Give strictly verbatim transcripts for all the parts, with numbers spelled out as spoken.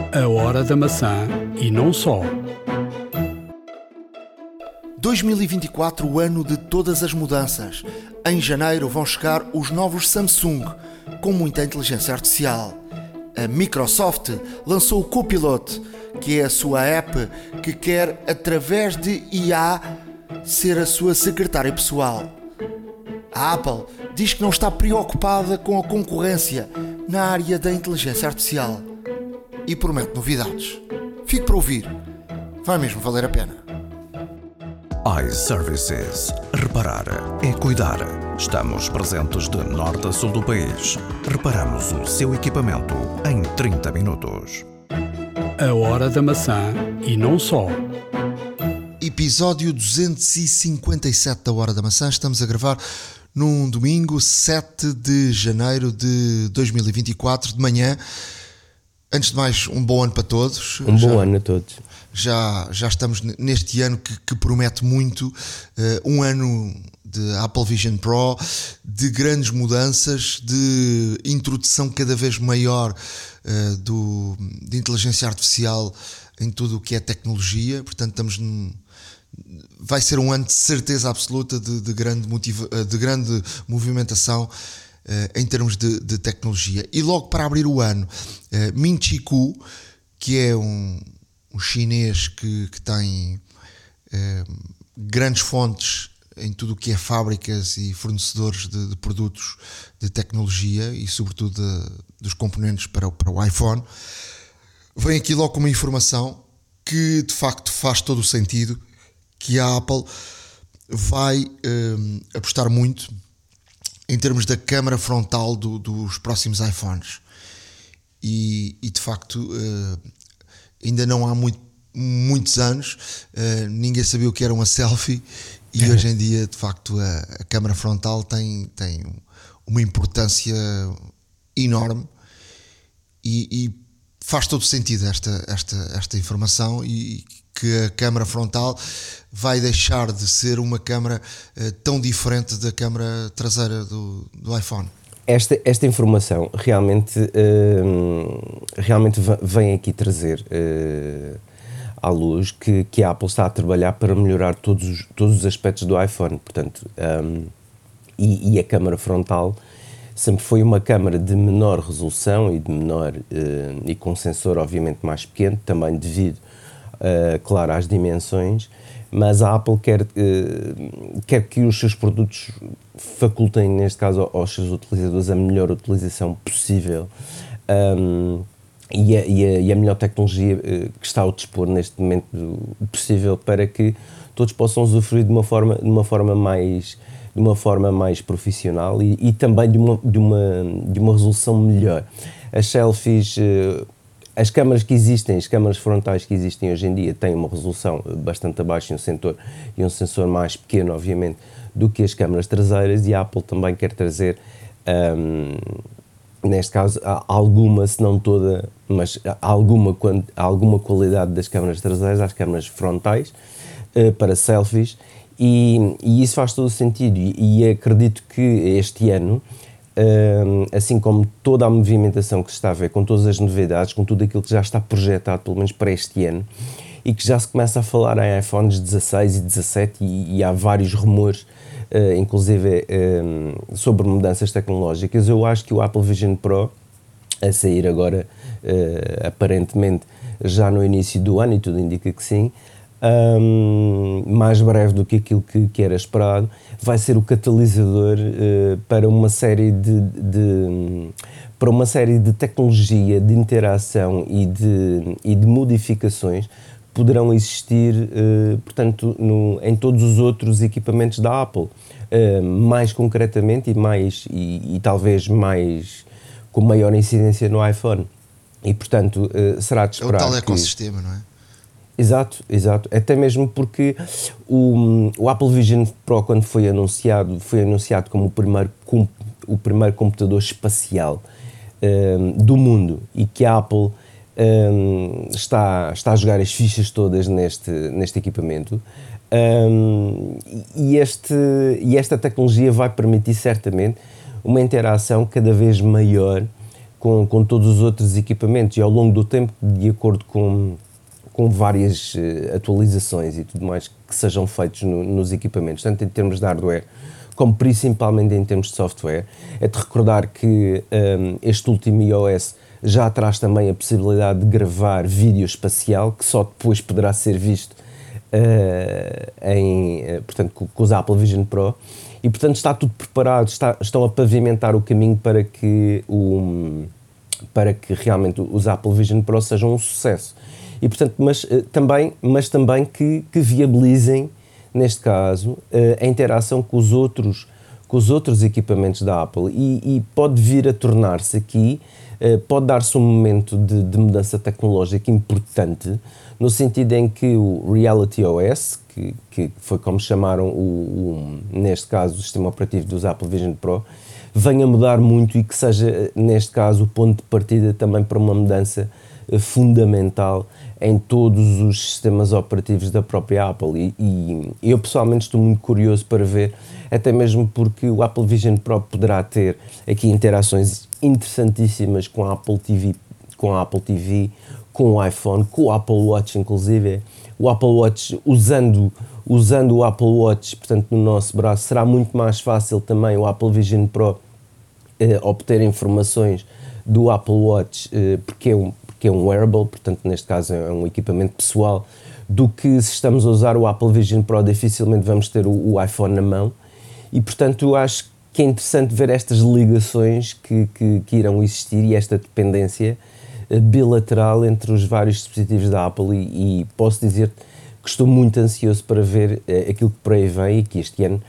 A Hora da Maçã e não só. dois mil e vinte e quatro, o ano de todas as mudanças. Em janeiro vão chegar os novos Samsung, com muita inteligência artificial. A Microsoft lançou o Copilot, que é a sua app que quer, através de I A, ser a sua secretária pessoal. A Apple diz que não está preocupada com a concorrência na área da inteligência artificial e promete novidades. Fique para ouvir, vai mesmo valer a pena. iServices. Reparar é cuidar. Estamos presentes de norte a sul do país. Reparamos o seu equipamento em trinta minutos. A Hora da Maçã e não só. Episódio duzentos e cinquenta e sete da Hora da Maçã. Estamos a gravar num domingo, sete de janeiro de dois mil e vinte e quatro, de manhã. Antes de mais, um bom ano para todos. Um já, bom ano a todos. Já, já estamos neste ano que, que promete muito, uh, um ano de Apple Vision Pro, de grandes mudanças, de introdução cada vez maior uh, do, de inteligência artificial em tudo o que é tecnologia. Portanto, estamos num, vai ser um ano de certeza absoluta de, de, grande, motiva, de grande movimentação em termos de, de tecnologia. E logo para abrir o ano, uh, Ming-Chi Kuo, que é um, um chinês que, que tem uh, grandes fontes em tudo o que é fábricas e fornecedores de, de produtos de tecnologia e sobretudo de, dos componentes para, o, para o iPhone, vem aqui logo com uma informação que de facto faz todo o sentido, que a Apple vai uh, apostar muito em termos da câmara frontal do, dos próximos iPhones. E, e de facto, uh, ainda não há muito, muitos anos, uh, ninguém sabia o que era uma selfie, e hoje em dia, de facto, a, a câmara frontal tem, tem uma importância enorme, e, e faz todo sentido esta, esta, esta informação, e que a câmara frontal vai deixar de ser uma câmara uh, tão diferente da câmara traseira do, do iPhone. Esta, esta informação realmente, uh, realmente vem aqui trazer uh, à luz que, que a Apple está a trabalhar para melhorar todos os, todos os aspectos do iPhone. Portanto, um, e, e a câmara frontal sempre foi uma câmara de menor resolução e de menor uh, e com sensor obviamente mais pequeno, também devido Uh, claro, às dimensões, mas a Apple quer, uh, quer que os seus produtos facultem, neste caso, aos seus utilizadores a melhor utilização possível, um, e, a, e, a, e a melhor tecnologia uh, que está ao dispor neste momento possível, para que todos possam usufruir de uma forma, de uma forma mais de uma forma mais profissional e, e também de uma, de, uma, de uma resolução melhor. As selfies, uh, As câmaras que existem, as câmaras frontais que existem hoje em dia têm uma resolução bastante abaixo e um sensor, e um sensor mais pequeno, obviamente, do que as câmaras traseiras, e a Apple também quer trazer, um, neste caso, alguma, se não toda, mas alguma, alguma qualidade das câmaras traseiras às câmaras frontais, uh, para selfies, e, e isso faz todo o sentido, e, e acredito que este ano, Um, assim como toda a movimentação que se está a ver, com todas as novidades, com tudo aquilo que já está projetado, pelo menos para este ano, e que já se começa a falar em iPhones dezasseis e dezassete, e, e há vários rumores, uh, inclusive um, sobre mudanças tecnológicas. Eu acho que o Apple Vision Pro, a sair agora, uh, aparentemente já no início do ano, e tudo indica que sim, Um, mais breve do que aquilo que, que era esperado, vai ser o catalisador uh, para uma série de, de para uma série de tecnologia, de interação e de, e de modificações que poderão existir, uh, portanto, no, em todos os outros equipamentos da Apple, uh, mais concretamente e mais e, e talvez mais com maior incidência no iPhone, e portanto uh, será de esperar. É o tal que, ecossistema, não é? Exato, exato. Até mesmo porque o, o Apple Vision Pro, quando foi anunciado, foi anunciado como o primeiro, o primeiro computador espacial um, do mundo, e que a Apple um, está, está a jogar as fichas todas neste, neste equipamento. Um, e, este, e esta tecnologia vai permitir certamente uma interação cada vez maior com, com todos os outros equipamentos, e ao longo do tempo, de acordo com, com várias uh, atualizações e tudo mais que sejam feitos no, nos equipamentos, tanto em termos de hardware como principalmente em termos de software. É de recordar que um, este último iOS já traz também a possibilidade de gravar vídeo espacial, que só depois poderá ser visto uh, em, uh, portanto, com, com os Apple Vision Pro, e portanto está tudo preparado, está, estão a pavimentar o caminho para que, o, para que realmente os Apple Vision Pro sejam um sucesso. E portanto, mas, uh, também, mas também que, que viabilizem, neste caso, a interação com os outros, com os outros equipamentos da Apple, e, e pode vir a tornar-se aqui, pode dar-se um momento de, de mudança tecnológica importante, no sentido em que o Reality O S, que, que foi como chamaram, o, o, neste caso, o sistema operativo dos Apple Vision Pro, venha a mudar muito e que seja, neste caso, o ponto de partida também para uma mudança fundamental em todos os sistemas operativos da própria Apple, e, e eu pessoalmente estou muito curioso para ver, até mesmo porque o Apple Vision Pro poderá ter aqui interações interessantíssimas com a Apple T V, com a Apple T V, com o iPhone, com o Apple Watch inclusive. O Apple Watch, usando, usando o Apple Watch, portanto, no nosso braço, será muito mais fácil também o Apple Vision Pro eh, obter informações do Apple Watch, eh, porque é um que é um wearable, portanto neste caso é um equipamento pessoal, do que se estamos a usar o Apple Vision Pro, dificilmente vamos ter o, o iPhone na mão, e portanto eu acho que é interessante ver estas ligações que, que, que irão existir, e esta dependência bilateral entre os vários dispositivos da Apple, e, e posso dizer que estou muito ansioso para ver uh, aquilo que por aí vem, e que este ano,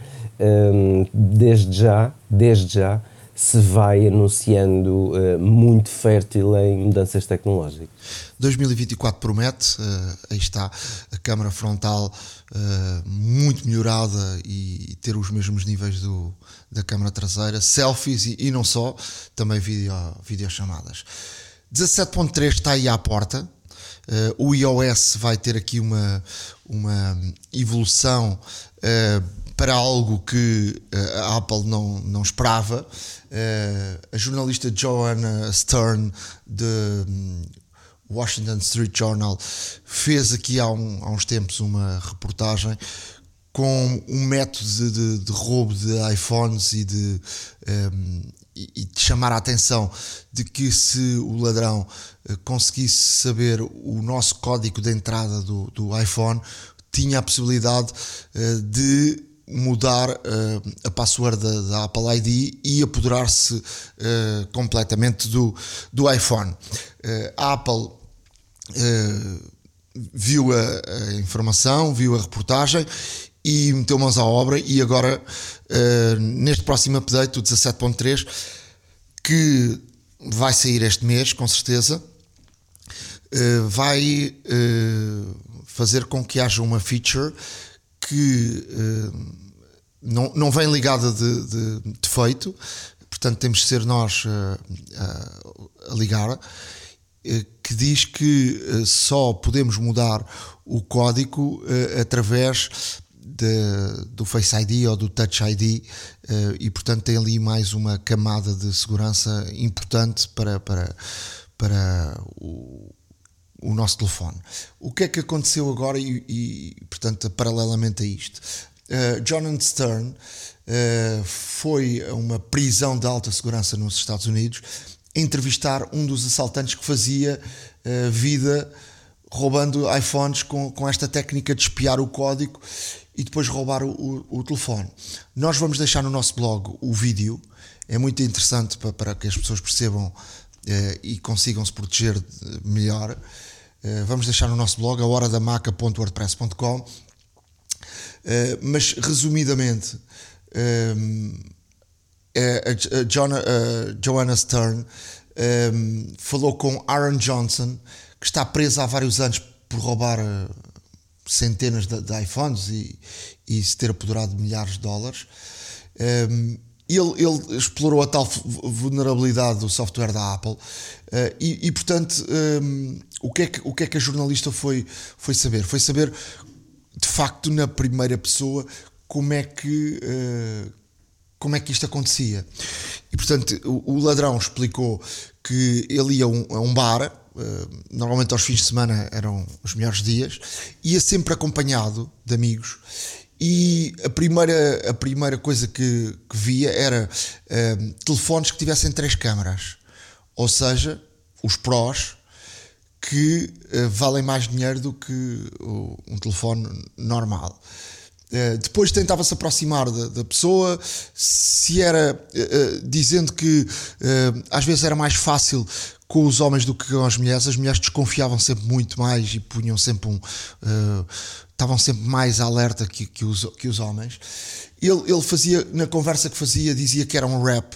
um, desde já, desde já, se vai anunciando uh, muito fértil em mudanças tecnológicas. dois mil e vinte e quatro promete, uh, aí está a câmara frontal uh, muito melhorada e, e ter os mesmos níveis do, da câmara traseira, selfies e, e não só, também video, videochamadas. dezassete ponto três está aí à porta, uh, o iOS vai ter aqui uma, uma evolução uh, para algo que a Apple não, não esperava. Uh, a jornalista Joanna Stern, de Washington Street Journal, fez aqui há, um, há uns tempos uma reportagem com um método de, de, de roubo de iPhones e de, um, e, e de chamar a atenção de que se o ladrão uh, conseguisse saber o nosso código de entrada do, do iPhone, tinha a possibilidade uh, de mudar uh, a password da, da Apple I D e apoderar-se uh, completamente do, do iPhone. Uh, a Apple uh, viu a, a informação, viu a reportagem e meteu mãos à obra, e agora uh, neste próximo update, o dezassete ponto três, que vai sair este mês com certeza, uh, vai uh, fazer com que haja uma feature que uh, não, não vem ligada de, de defeito, portanto temos de ser nós uh, uh, a ligar, uh, que diz que uh, só podemos mudar o código uh, através de, do Face I D ou do Touch I D, uh, e portanto tem ali mais uma camada de segurança importante para, para, para o o nosso telefone. O que é que aconteceu agora e, e portanto, paralelamente a isto? Uh, Joanna Stern uh, foi a uma prisão de alta segurança nos Estados Unidos entrevistar um dos assaltantes que fazia uh, vida roubando iPhones com, com esta técnica de espiar o código e depois roubar o, o, o telefone. Nós vamos deixar no nosso blog o vídeo, é muito interessante para, para que as pessoas percebam uh, e consigam se proteger melhor. Uh, vamos deixar no nosso blog, a hora da maca ponto wordpress ponto com, uh, mas resumidamente um, a, a, John, a Joanna Stern um, falou com Aaron Johnson, que está preso há vários anos por roubar uh, centenas de, de iPhones e, e se ter apoderado de milhares de dólares. Um, Ele, ele explorou a tal vulnerabilidade do software da Apple, uh, e, e portanto um, o, que é que, o que é que a jornalista foi, foi saber? Foi saber de facto na primeira pessoa como é que, uh, como é que isto acontecia. E portanto o, o ladrão explicou que ele ia a um, a um bar, uh, normalmente aos fins de semana eram os melhores dias, ia sempre acompanhado de amigos, e a primeira, a primeira coisa que, que via era uh, telefones que tivessem três câmaras, ou seja, os Pros, que uh, valem mais dinheiro do que uh, um telefone normal. Uh, depois tentava-se aproximar da, da pessoa, se era uh, uh, dizendo que uh, às vezes era mais fácil com os homens do que com as mulheres. As mulheres desconfiavam sempre muito mais e punham sempre um uh, estavam sempre mais alerta que, que, os, que os homens. Ele, ele fazia, na conversa que fazia, dizia que era um rap,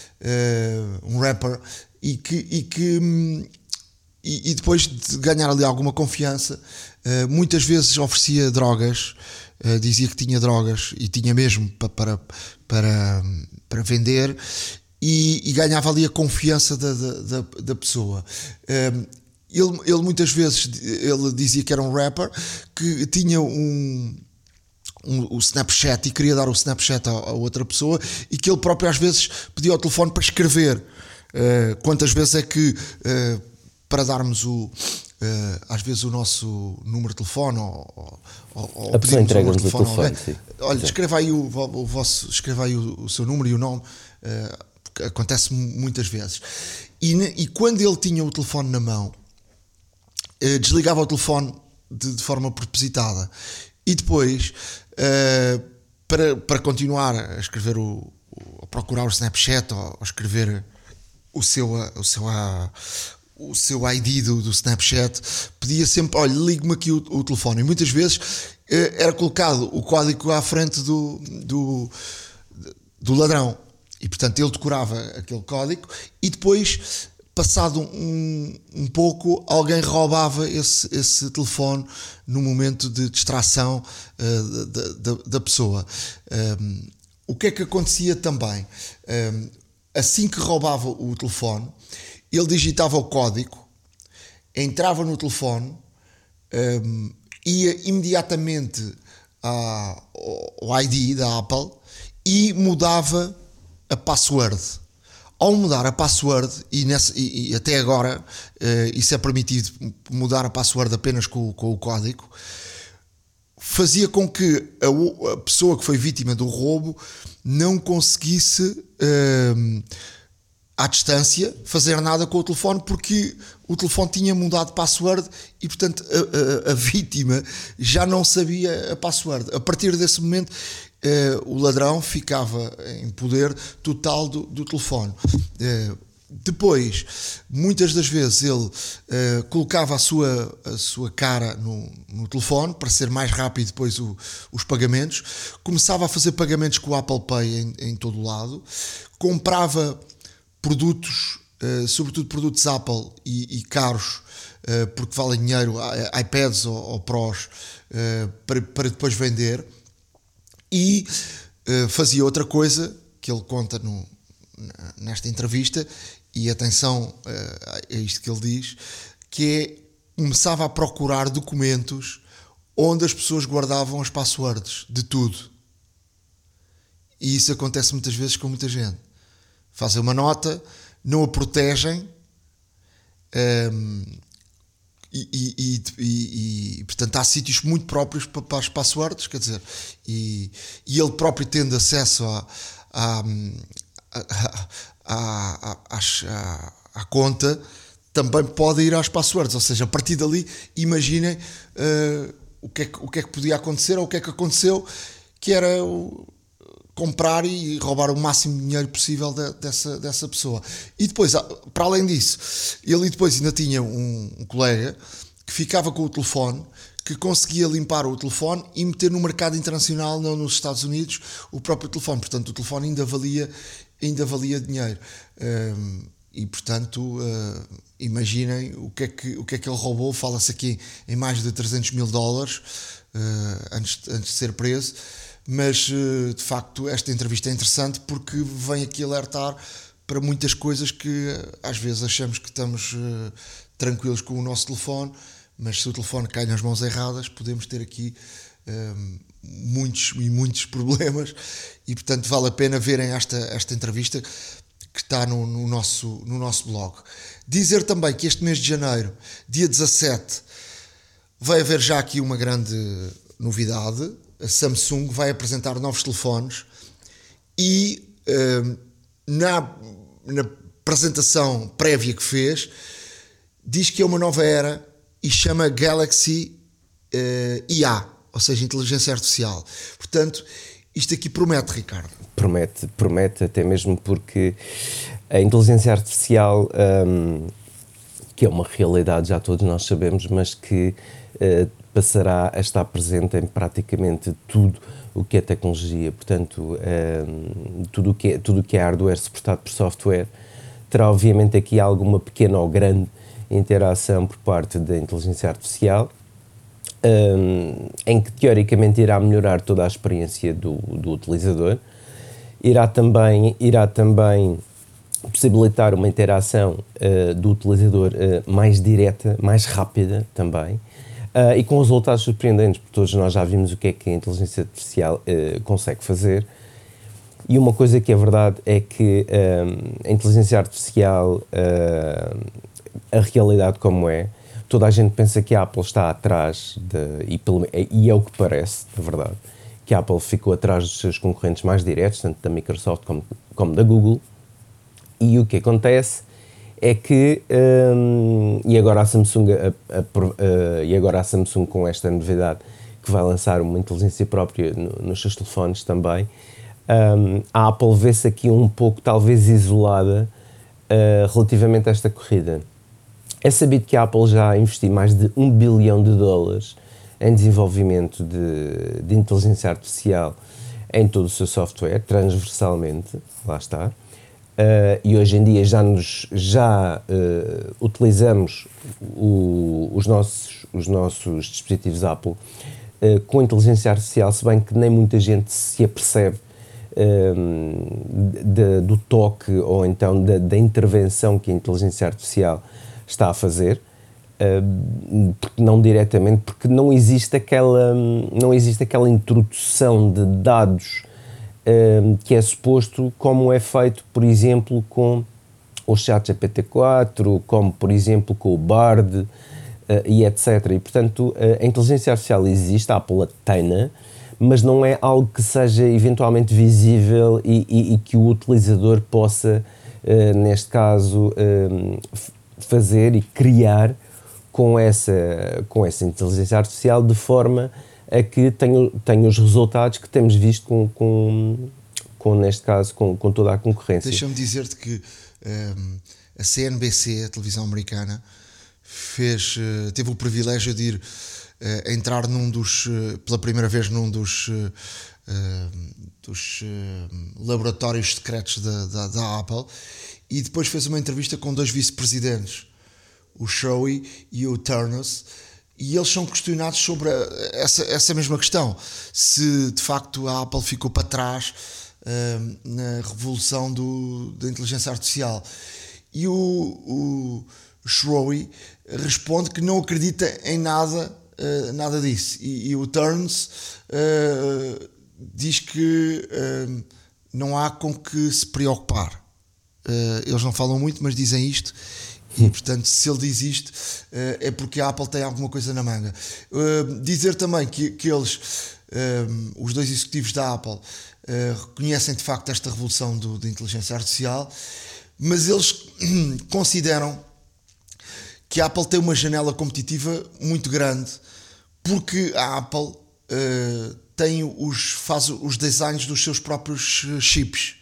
uh, um rapper, e que, e que e, e depois de ganhar ali alguma confiança, uh, muitas vezes oferecia drogas. Uh, dizia que tinha drogas e tinha mesmo pa, para, para, para vender, e, e ganhava ali a confiança da, da, da pessoa. Uh, ele, ele muitas vezes ele dizia que era um rapper, que tinha um, um, um Snapchat e queria dar o Snapchat a, a outra pessoa, e que ele próprio às vezes pedia ao telefone para escrever. Uh, quantas vezes é que uh, para darmos o Uh, às vezes o nosso número de telefone, ou, ou, ou a pessoa entrega-nos o telefone, telefone, alguém, sim. olha, Sim. escreva aí o, o vosso, escreva aí o, o seu número e o nome, uh, porque acontece muitas vezes. E, e quando ele tinha o telefone na mão, uh, desligava o telefone de, de forma propositada, e depois uh, para, para continuar a escrever o, o a procurar o Snapchat, ou, ou escrever o seu o seu a, o seu I D do, do Snapchat, pedia sempre, olha, ligue-me aqui o, o telefone, e muitas vezes eh, era colocado o código à frente do, do, do ladrão, e portanto ele decorava aquele código, e depois, passado um, um pouco, alguém roubava esse, esse telefone no momento de distração uh, da, da, da pessoa. Um, o que é que acontecia também? Um, assim que roubava o telefone, ele digitava o código, entrava no telefone, um, ia imediatamente à, ao I D da Apple e mudava a password. Ao mudar a password, e, nessa, e, e até agora uh, isso é permitido, mudar a password apenas com, com o código, fazia com que a, a pessoa que foi vítima do roubo não conseguisse uh, à distância fazer nada com o telefone, porque o telefone tinha mudado de password, e portanto a, a, a vítima já não sabia a password. A partir desse momento uh, o ladrão ficava em poder total do, do telefone. Uh, depois, muitas das vezes ele uh, colocava a sua, a sua cara no, no telefone para ser mais rápido depois o, os pagamentos, começava a fazer pagamentos com o Apple Pay em, em todo o lado, comprava produtos, uh, sobretudo produtos Apple e, e caros, uh, porque valem dinheiro, iPads ou, ou Pros, uh, para, para depois vender, e uh, fazia outra coisa que ele conta no, nesta entrevista, e atenção uh, a isto que ele diz, que é, começava a procurar documentos onde as pessoas guardavam as passwords de tudo, e isso acontece muitas vezes com muita gente. Fazem uma nota, não a protegem, um, e, e, e, e, e portanto há sítios muito próprios para, para as passwords, quer dizer, e, e ele próprio tendo acesso a, a, a, a, a, a, à conta, também pode ir às passwords, ou seja, a partir dali imaginem uh, o, que é que, o que é que podia acontecer, ou o que é que aconteceu, que era o comprar e roubar o máximo de dinheiro possível de, dessa, dessa pessoa. E depois, para além disso, ele depois ainda tinha um, um colega que ficava com o telefone, que conseguia limpar o telefone e meter no mercado internacional, não nos Estados Unidos, o próprio telefone. Portanto, o telefone ainda valia, ainda valia dinheiro. Um, e, portanto, uh, imaginem o que, é que, o que é que ele roubou. Fala-se aqui em mais de trezentos mil dólares uh, antes, antes de ser preso. Mas, de facto, esta entrevista é interessante porque vem aqui alertar para muitas coisas que às vezes achamos que estamos uh, tranquilos com o nosso telefone, mas se o telefone cai nas mãos erradas, podemos ter aqui uh, muitos e muitos problemas, e portanto vale a pena verem esta, esta entrevista, que está no, no, nosso, no nosso blog. Dizer também que este mês de janeiro, dia dezassete, vai haver já aqui uma grande novidade. A Samsung vai apresentar novos telefones e uh, na, na apresentação prévia que fez, diz que é uma nova era e chama Galaxy uh, I A, ou seja, inteligência artificial. Portanto, isto aqui promete, Ricardo. Promete, promete, até mesmo porque a inteligência artificial, um, que é uma realidade, já todos nós sabemos, mas que uh, passará a estar presente em praticamente tudo o que é tecnologia. Portanto, um, tudo o que é, tudo o que é hardware suportado por software terá obviamente aqui alguma pequena ou grande interação por parte da inteligência artificial, um, em que teoricamente irá melhorar toda a experiência do, do utilizador, irá também, irá também possibilitar uma interação uh, do utilizador uh, mais direta, mais rápida também, uh, e com resultados surpreendentes, porque todos nós já vimos o que é que a inteligência artificial uh, consegue fazer. E uma coisa que é verdade é que um, a inteligência artificial, uh, a realidade como é, toda a gente pensa que a Apple está atrás, de, e, pelo, e é o que parece, na verdade, que a Apple ficou atrás dos seus concorrentes mais diretos, tanto da Microsoft como, como da Google, e o que acontece é que, um, e, agora a Samsung, a, a, a, e agora a Samsung com esta novidade, que vai lançar uma inteligência própria no, nos seus telefones também, um, a Apple vê-se aqui um pouco, talvez, isolada uh, relativamente a esta corrida. É sabido que a Apple já investiu mais de um bilhão de dólares em desenvolvimento de, de inteligência artificial em todo o seu software, transversalmente, lá está. Uh, e hoje em dia já, nos, já uh, utilizamos o, os, nossos, os nossos dispositivos Apple uh, com inteligência artificial, se bem que nem muita gente se apercebe uh, de, do toque ou então da, da intervenção que a inteligência artificial está a fazer, uh, não diretamente, porque não existe aquela, não existe aquela introdução de dados uh, que é suposto, como é feito, por exemplo, com o Chat G P T quatro, como, por exemplo, com o Bard, uh, e etcétera. E, portanto, a inteligência artificial existe, a Apple a tem-na, mas não é algo que seja eventualmente visível e, e, e que o utilizador possa, uh, neste caso, uh, fazer e criar com essa, com essa inteligência artificial de forma a que tenha, tenha os resultados que temos visto com, com, com neste caso, com, com toda a concorrência. Deixa-me dizer-te que um, a C N B C, a televisão americana, fez, uh, teve o privilégio de ir uh, entrar num dos, uh, pela primeira vez num dos, uh, uh, dos uh, laboratórios secretos da, da, da Apple, e depois fez uma entrevista com dois vice-presidentes, o Shouy e o Ternus, e eles são questionados sobre a, essa, essa mesma questão, se de facto a Apple ficou para trás uh, na revolução do, da inteligência artificial. E o, o Shouy responde que não acredita em nada, uh, nada disso, e, e o Ternus uh, diz que uh, não há com que se preocupar. Uh, eles não falam muito, mas dizem isto, e portanto, se ele diz isto, uh, é porque a Apple tem alguma coisa na manga. Uh, dizer também que, que eles, uh, os dois executivos da Apple, uh, reconhecem de facto esta revolução do, da inteligência artificial, mas eles consideram que a Apple tem uma janela competitiva muito grande, porque a Apple uh, tem os, faz os designs dos seus próprios chips.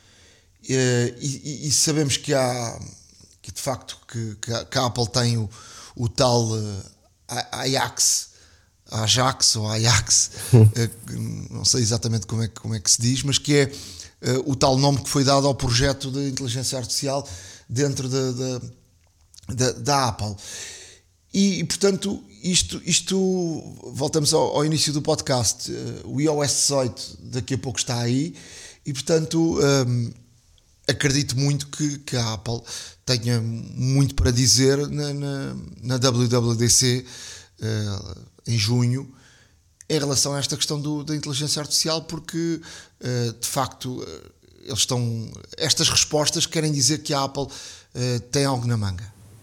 Uh, e, e sabemos que há, que de facto que, que, a, que a Apple tem o, o tal uh, Ajax, Ajax ou Ajax, uh, não sei exatamente como é, como é que se diz, mas que é uh, o tal nome que foi dado ao projeto de inteligência artificial dentro da, da, da, da Apple. E, e portanto, isto, isto voltamos ao, ao início do podcast, uh, o i O S dezoito daqui a pouco está aí, e portanto um, acredito muito que, que a Apple tenha muito para dizer na, na, na W W D C uh, em junho em relação a esta questão do, da inteligência artificial, porque uh, de facto uh, eles estão, estas respostas querem dizer que a Apple uh, tem algo na manga.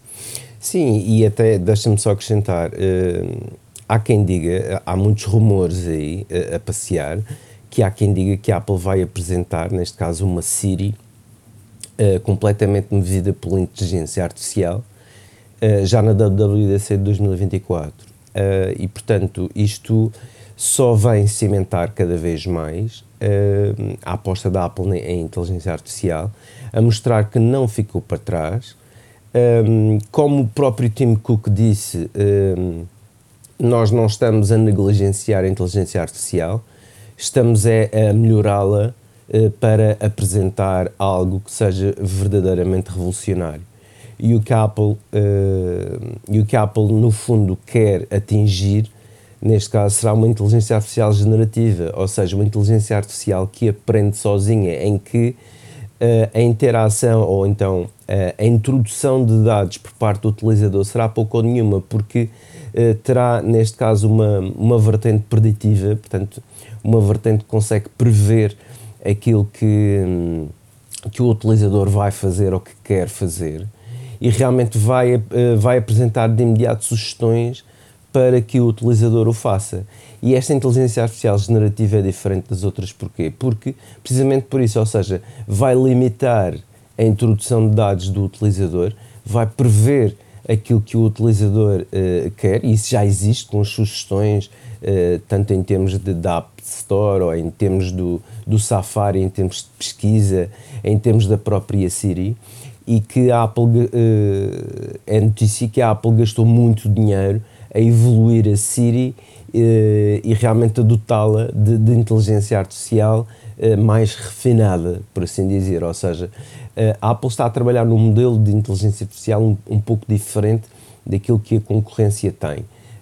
Sim, e até deixa-me só acrescentar, uh, há quem diga, há muitos rumores aí uh, a passear, que há quem diga que a Apple vai apresentar, neste caso, uma Siri uh, completamente movida pela inteligência artificial, uh, já na W W D C de dois mil e vinte e quatro. Uh, e, portanto, isto só vem cimentar cada vez mais uh, a aposta da Apple em inteligência artificial, a mostrar que não ficou para trás. Um, como o próprio Tim Cook disse, um, nós não estamos a negligenciar a inteligência artificial, estamos a, a melhorá-la uh, para apresentar algo que seja verdadeiramente revolucionário. E o que a Apple, uh, e o que a Apple no fundo quer atingir, neste caso, será uma inteligência artificial generativa, ou seja, uma inteligência artificial que aprende sozinha, em que uh, a interação ou então uh, a introdução de dados por parte do utilizador será pouco ou nenhuma, porque uh, terá, neste caso, uma, uma vertente preditiva, portanto, uma vertente que consegue prever aquilo que, um, que o utilizador vai fazer ou que quer fazer, e realmente vai, uh, vai apresentar de imediato sugestões para que o utilizador o faça. E esta inteligência artificial generativa é diferente das outras. Porquê? Porque, precisamente por isso, ou seja, vai limitar a introdução de dados do utilizador, vai prever aquilo que o utilizador uh, quer, e isso já existe com as sugestões, uh, tanto em termos de, da App Store, ou em termos do, do Safari, em termos de pesquisa, em termos da própria Siri, e que a Apple, uh, é notícia que a Apple gastou muito dinheiro a evoluir a Siri uh, e realmente a dotá-la de, de inteligência artificial uh, mais refinada, por assim dizer. Ou seja, uh, a Apple está a trabalhar num modelo de inteligência artificial um, um pouco diferente daquilo que a concorrência tem.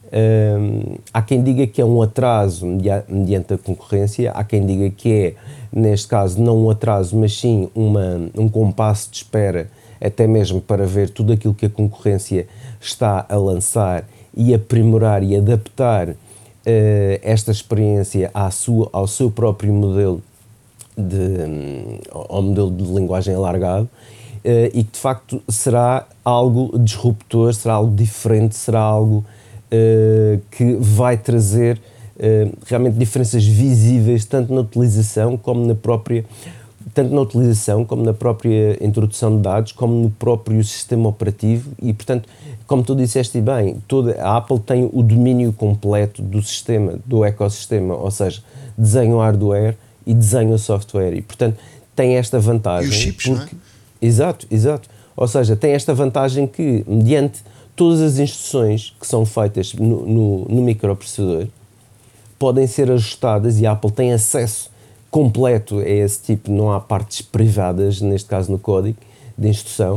Uh, há quem diga que é um atraso mediante a concorrência, há quem diga que é, neste caso, não um atraso, mas sim uma, um compasso de espera, até mesmo para ver tudo aquilo que a concorrência está a lançar e aprimorar e adaptar uh, esta experiência à sua, ao seu próprio modelo, de, um, ao modelo de linguagem alargado, uh, e que de facto será algo disruptor, será algo diferente, será algo uh, que vai trazer uh, realmente diferenças visíveis tanto na utilização como na própria tanto na utilização como na própria introdução de dados, como no próprio sistema operativo. E, portanto, como tu disseste bem, toda, a Apple tem o domínio completo do sistema, do ecossistema, ou seja, desenho hardware e desenho software, e, portanto, tem esta vantagem. E os chips, porque, não é? Exato, exato. Ou seja, tem esta vantagem que, mediante todas as instruções que são feitas no, no, no microprocessador, podem ser ajustadas, e a Apple tem acesso completo a esse tipo, não há partes privadas, neste caso no código de instrução,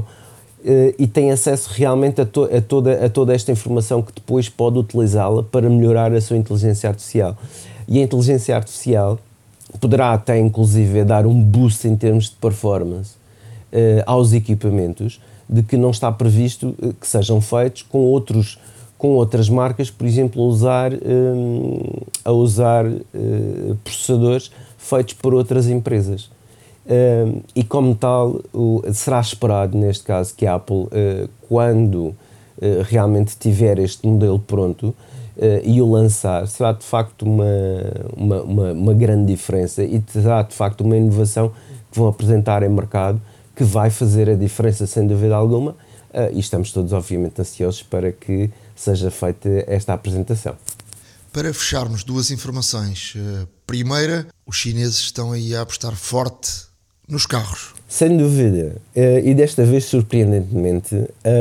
e tem acesso realmente a, to, a, toda, a toda esta informação que depois pode utilizá-la para melhorar a sua inteligência artificial. E a inteligência artificial poderá até, inclusive, dar um boost em termos de performance uh, aos equipamentos, de que não está previsto uh, que sejam feitos com, outros, com outras marcas, por exemplo, a usar, um, a usar uh, processadores feitos por outras empresas. Uh, e como tal, o, será esperado, neste caso, que a Apple, uh, quando uh, realmente tiver este modelo pronto uh, e o lançar, será de facto uma, uma, uma, uma grande diferença, e será de facto uma inovação que vão apresentar em mercado, que vai fazer a diferença sem dúvida alguma, uh, e estamos todos obviamente ansiosos para que seja feita esta apresentação. Para fecharmos, duas informações. Primeira, os chineses estão aí a apostar forte nos carros. Sem dúvida. E desta vez, surpreendentemente,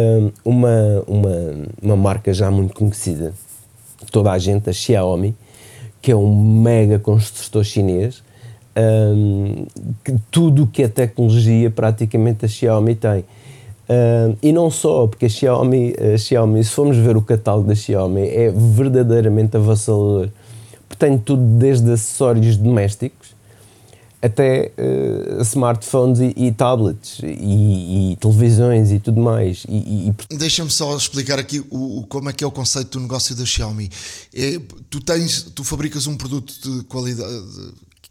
uma, uma, uma marca já muito conhecida, toda a gente, a Xiaomi, que é um mega construtor chinês, que tudo o que é tecnologia praticamente a Xiaomi tem. Uh, e não só, porque a Xiaomi, a Xiaomi, se formos ver o catálogo da Xiaomi, é verdadeiramente avassalador. Tem tudo, desde acessórios domésticos até uh, smartphones e, e tablets e, e televisões e tudo mais. E, e... Deixa-me só explicar aqui o, o, como é que é o conceito do negócio da Xiaomi. É, tu, tens, tu fabricas um produto de qualidade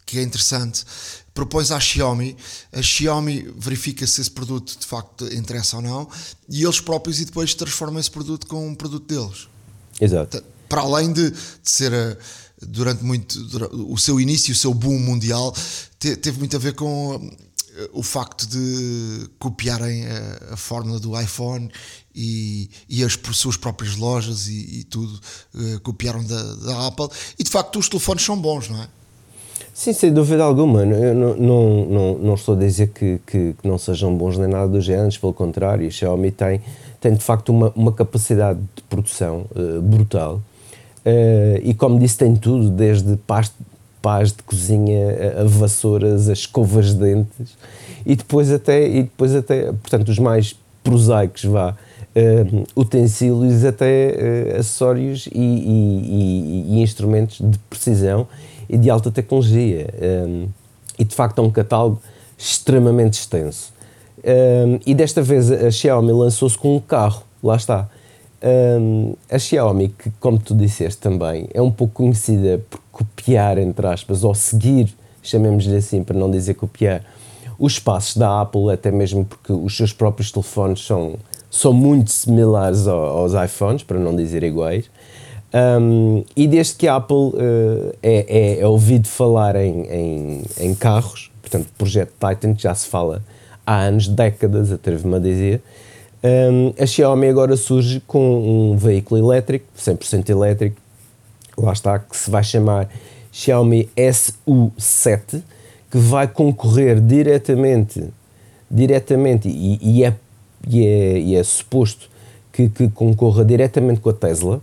que é interessante, propões à Xiaomi, a Xiaomi verifica se esse produto de facto interessa ou não, e eles próprios e depois transformam esse produto com um produto deles. Exato. Para além de, de ser a, durante muito durante, o seu início, o seu boom mundial, te, teve muito a ver com uh, o facto de copiarem a, a fórmula do iPhone e, e as suas próprias lojas e, e tudo uh, copiaram da, da Apple, e de facto os telefones são bons, não é? Sim, sem dúvida alguma. Eu não, não, não, não estou a dizer que, que, que não sejam bons nem nada dos géneros, pelo contrário, a Xiaomi tem, tem de facto uma, uma capacidade de produção uh, brutal, uh, e como disse, tem tudo, desde pás, pás de cozinha a, a vassouras, as escovas de dentes, e depois até, e depois até portanto, os mais prosaicos, vá, uh, utensílios, até uh, acessórios e, e, e, e instrumentos de precisão e de alta tecnologia, um, e de facto é um catálogo extremamente extenso, um, e desta vez a Xiaomi lançou-se com um carro, lá está. Um, a Xiaomi, que como tu disseste também, é um pouco conhecida por copiar, entre aspas, ou seguir, chamemos-lhe assim para não dizer copiar, os passos da Apple, até mesmo porque os seus próprios telefones são, são muito similares aos, aos iPhones, para não dizer iguais. Um, e desde que a Apple uh, é, é, é ouvido falar em, em, em carros, portanto, projeto Titan, que já se fala há anos, décadas, atrevo-me a dizer, um, a Xiaomi agora surge com um veículo elétrico, cem por cento elétrico, lá está, que se vai chamar Xiaomi S U sete, que vai concorrer diretamente, diretamente e, e, é, e, é, e é suposto que, que concorra diretamente com a Tesla.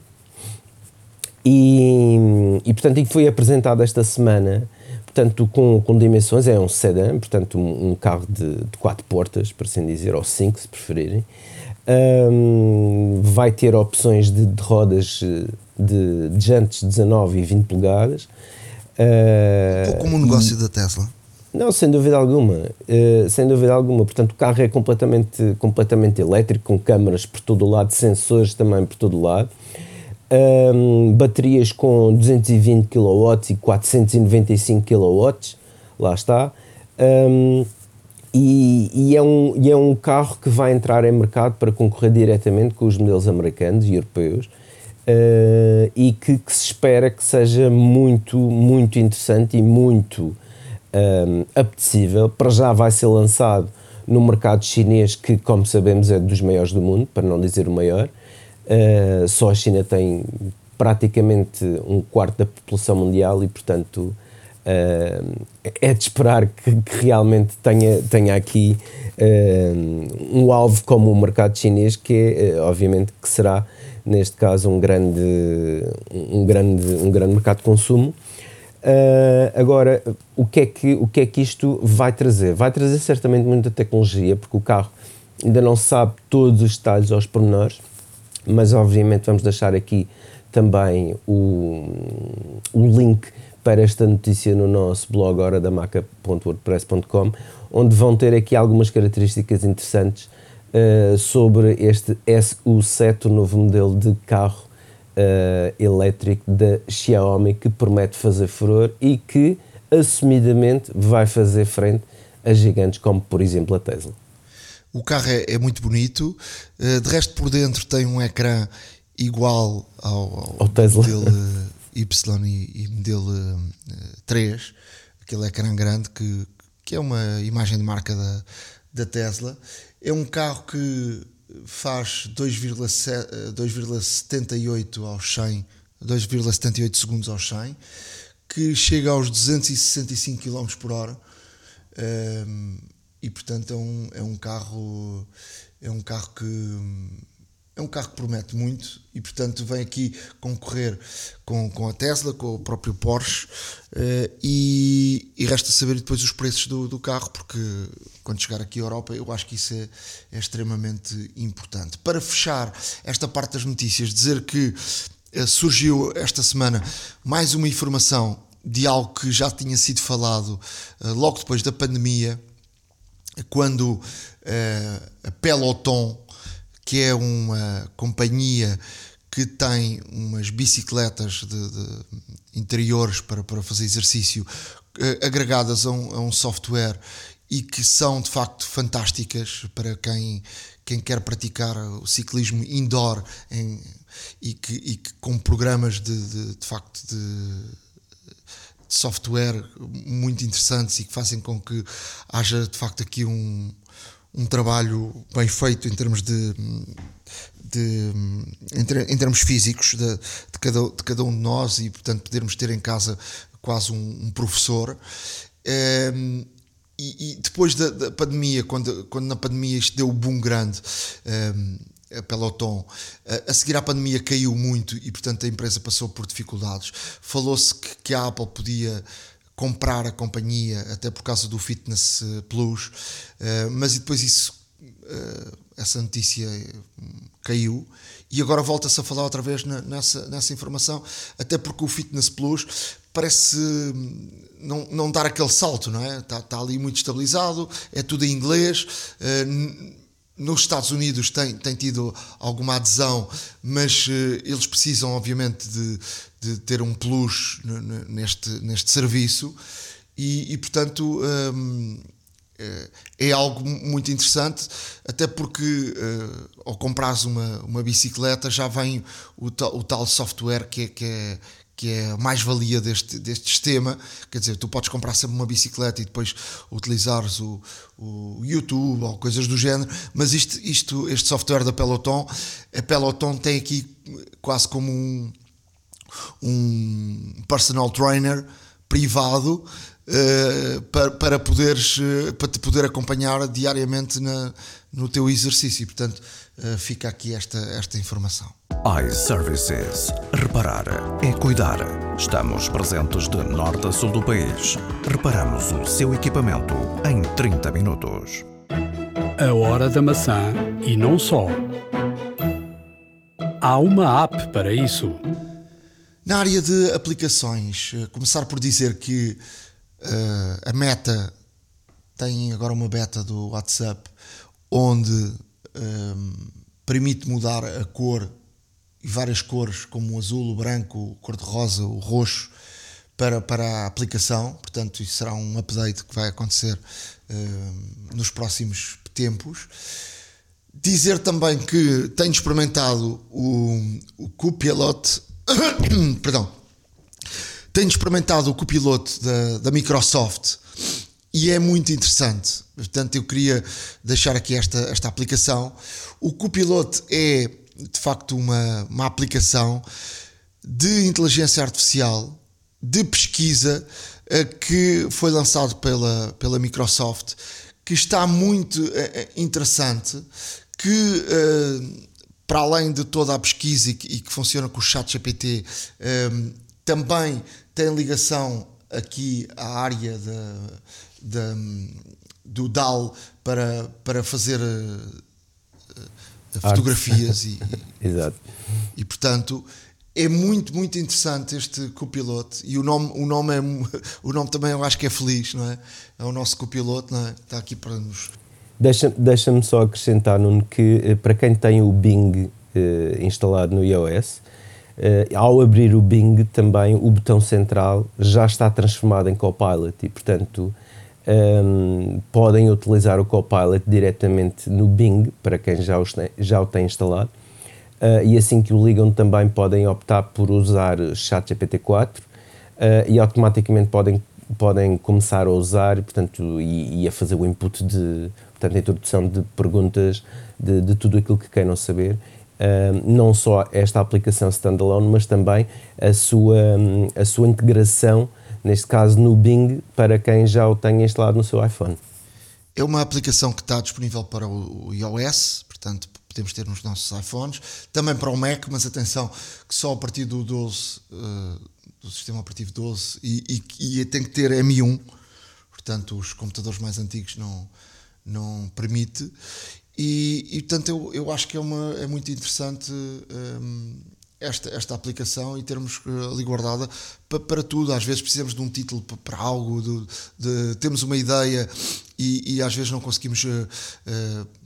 E, e portanto, foi apresentado esta semana, portanto, com, com dimensões, é um sedã, portanto, um, um carro de, de quatro portas, por assim dizer, ou cinco, se preferirem. Um, vai ter opções de, de rodas de, de jantes dezanove e vinte polegadas. Uh, um pouco como o negócio e, da Tesla. Não, sem dúvida alguma, uh, sem dúvida alguma. Portanto, o carro é completamente, completamente elétrico, com câmaras por todo o lado, sensores também por todo o lado. Um, baterias com duzentos e vinte quilowatts e quatrocentos e noventa e cinco quilowatts, lá está, um, e, e, é um, e é um carro que vai entrar em mercado para concorrer diretamente com os modelos americanos e europeus, uh, e que, que se espera que seja muito, muito interessante e muito um, apetecível. Para já vai ser lançado no mercado chinês, que, como sabemos, é dos maiores do mundo, para não dizer o maior. Uh, só a China tem praticamente um quarto da população mundial e, portanto, uh, é de esperar que, que realmente tenha, tenha aqui uh, um alvo como o mercado chinês, que é, uh, obviamente, que será, neste caso, um grande, um grande, um grande mercado de consumo. Uh, agora, o que, é que, o que é que isto vai trazer? Vai trazer certamente muita tecnologia, porque o carro ainda não sabe todos os detalhes aos pormenores, mas obviamente vamos deixar aqui também o, o link para esta notícia no nosso blog hora da maca ponto wordpress ponto com, onde vão ter aqui algumas características interessantes uh, sobre este S U sete, o novo modelo de carro uh, elétrico da Xiaomi, que promete fazer furor e que assumidamente vai fazer frente a gigantes como, por exemplo, a Tesla. O carro é, é muito bonito, de resto por dentro tem um ecrã igual ao, ao, ao Tesla modelo Y e, e modelo uh, três, aquele ecrã grande que, que é uma imagem de marca da, da Tesla. É um carro que faz dois vírgula setenta e oito aos cem, dois vírgula setenta e oito segundos aos cem, que chega aos duzentos e sessenta e cinco quilómetros por hora. Um, e portanto é um, é um carro é um carro que é um carro que promete muito e portanto vem aqui concorrer com, com a Tesla, com o próprio Porsche, uh, e, e resta saber depois os preços do, do carro, porque quando chegar aqui à Europa eu acho que isso é, é extremamente importante. Para fechar esta parte das notícias, dizer que uh, surgiu esta semana mais uma informação de algo que já tinha sido falado uh, logo depois da pandemia, quando uh, a Peloton, que é uma companhia que tem umas bicicletas de, de interiores para, para fazer exercício uh, agregadas a um, a um software e que são de facto fantásticas para quem, quem quer praticar o ciclismo indoor em, e, que, e que com programas de, de, de facto de, de software muito interessantes e que fazem com que haja de facto aqui um, um trabalho bem feito em termos de, de em, em termos físicos de, de, cada, de cada um de nós e portanto podermos ter em casa quase um, um professor. Um, E, e depois da, da pandemia, quando, quando na pandemia isto deu o boom grande, um, a Peloton, a, a seguir à pandemia caiu muito e, portanto, a empresa passou por dificuldades. Falou-se que, que a Apple podia comprar a companhia, até por causa do Fitness Plus, uh, mas depois isso, uh, essa notícia caiu. E agora volta-se a falar outra vez na, nessa, nessa informação, até porque o Fitness Plus parece não, não dar aquele salto, não é? Está, está ali muito estabilizado, é tudo em inglês. Nos Estados Unidos tem, tem tido alguma adesão, mas eles precisam, obviamente, de, de ter um plus neste, neste serviço e, e portanto, é algo muito interessante, até porque ao comprares uma, uma bicicleta já vem o tal, o tal software que é, que é que é a mais-valia deste, deste sistema. Quer dizer, tu podes comprar sempre uma bicicleta e depois utilizares o, o YouTube ou coisas do género, mas isto, isto, este software da Peloton, a Peloton tem aqui quase como um, um personal trainer privado uh, para, para, poderes, uh, para te poder acompanhar diariamente na, no teu exercício. Portanto, uh, fica aqui esta, esta informação. iServices. Reparar é cuidar. Estamos presentes de norte a sul do país. Reparamos o seu equipamento em trinta minutos. A hora da maçã e não só. Há uma app para isso. Na área de aplicações, começar por dizer que uh, a Meta tem agora uma beta do WhatsApp onde um, permite mudar a cor e várias cores, como o azul, o branco, o cor-de-rosa, o roxo, para, para a aplicação. Portanto, isso será um update que vai acontecer uh, nos próximos tempos. Dizer também que tenho experimentado o, o Copilot, perdão, tenho experimentado o Copilot da, da Microsoft e é muito interessante. Portanto, eu queria deixar aqui esta, esta aplicação. O Copilot é de facto uma, uma aplicação de inteligência artificial, de pesquisa, que foi lançado pela, pela Microsoft, que está muito interessante, que para além de toda a pesquisa e que, e que funciona com o ChatGPT, também tem ligação aqui à área da, da, do D A L para, para fazer fotografias e, Exato. e portanto é muito muito interessante este Copilot e o nome o nome é o nome também eu acho que é feliz, não é? É o nosso Copilot, não é? Está aqui para nos deixa, deixa-me só acrescentar, Nuno, que para quem tem o Bing eh, instalado no iOS, eh, ao abrir o Bing também o botão central já está transformado em Copilot e portanto Um, podem utilizar o Copilot diretamente no Bing, para quem já, os tem, já o tem instalado, uh, e assim que o ligam também podem optar por usar ChatGPT quatro uh, e automaticamente podem, podem começar a usar portanto, e, e a fazer o input de, portanto, a introdução de perguntas de, de tudo aquilo que queiram saber. Uh, não só esta aplicação standalone, mas também a sua, a sua integração, neste caso no Bing, para quem já o tenha instalado no seu iPhone. É uma aplicação que está disponível para o iOS, portanto podemos ter nos nossos iPhones, também para o Mac, mas atenção que só a partir do doze, uh, do sistema operativo doze, e, e, e tem que ter M um, portanto os computadores mais antigos não, não permite, e, e portanto eu, eu acho que é, uma, é muito interessante um, Esta, esta aplicação e termos ali guardada para, para tudo. Às vezes precisamos de um título para, para algo, de, de, temos uma ideia e, e às vezes não conseguimos uh, uh,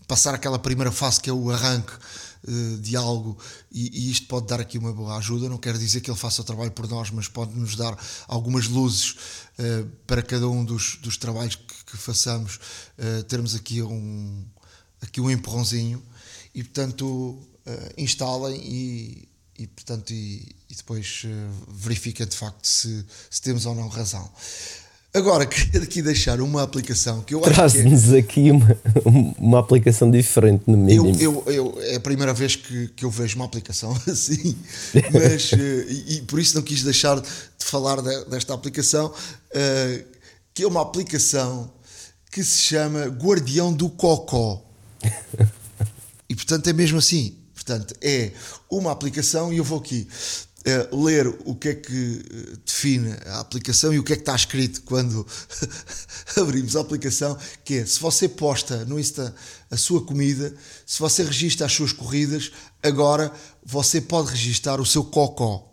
passar aquela primeira fase que é o arranque uh, de algo, e, e isto pode dar aqui uma boa ajuda. Não quero dizer que ele faça o trabalho por nós, mas pode nos dar algumas luzes uh, para cada um dos, dos trabalhos que, que façamos, uh, termos aqui um, aqui um empurrãozinho, e portanto uh, instalem e, e, portanto, e, e depois uh, verifiquem de facto se, se temos ou não razão. Agora, queria aqui deixar uma aplicação que eu acho que traz-nos é, aqui uma, uma aplicação diferente, no mínimo. Eu, eu, eu, é a primeira vez que, que eu vejo uma aplicação assim, mas, e, e por isso não quis deixar de falar de, desta aplicação, uh, que é uma aplicação que se chama Guardião do Cocó. E portanto é mesmo assim. Portanto, é uma aplicação, e eu vou aqui Uh, ler o que é que define a aplicação e o que é que está escrito quando abrimos a aplicação, que é: se você posta no Insta a sua comida, se você registra as suas corridas, agora você pode registar o seu cocó.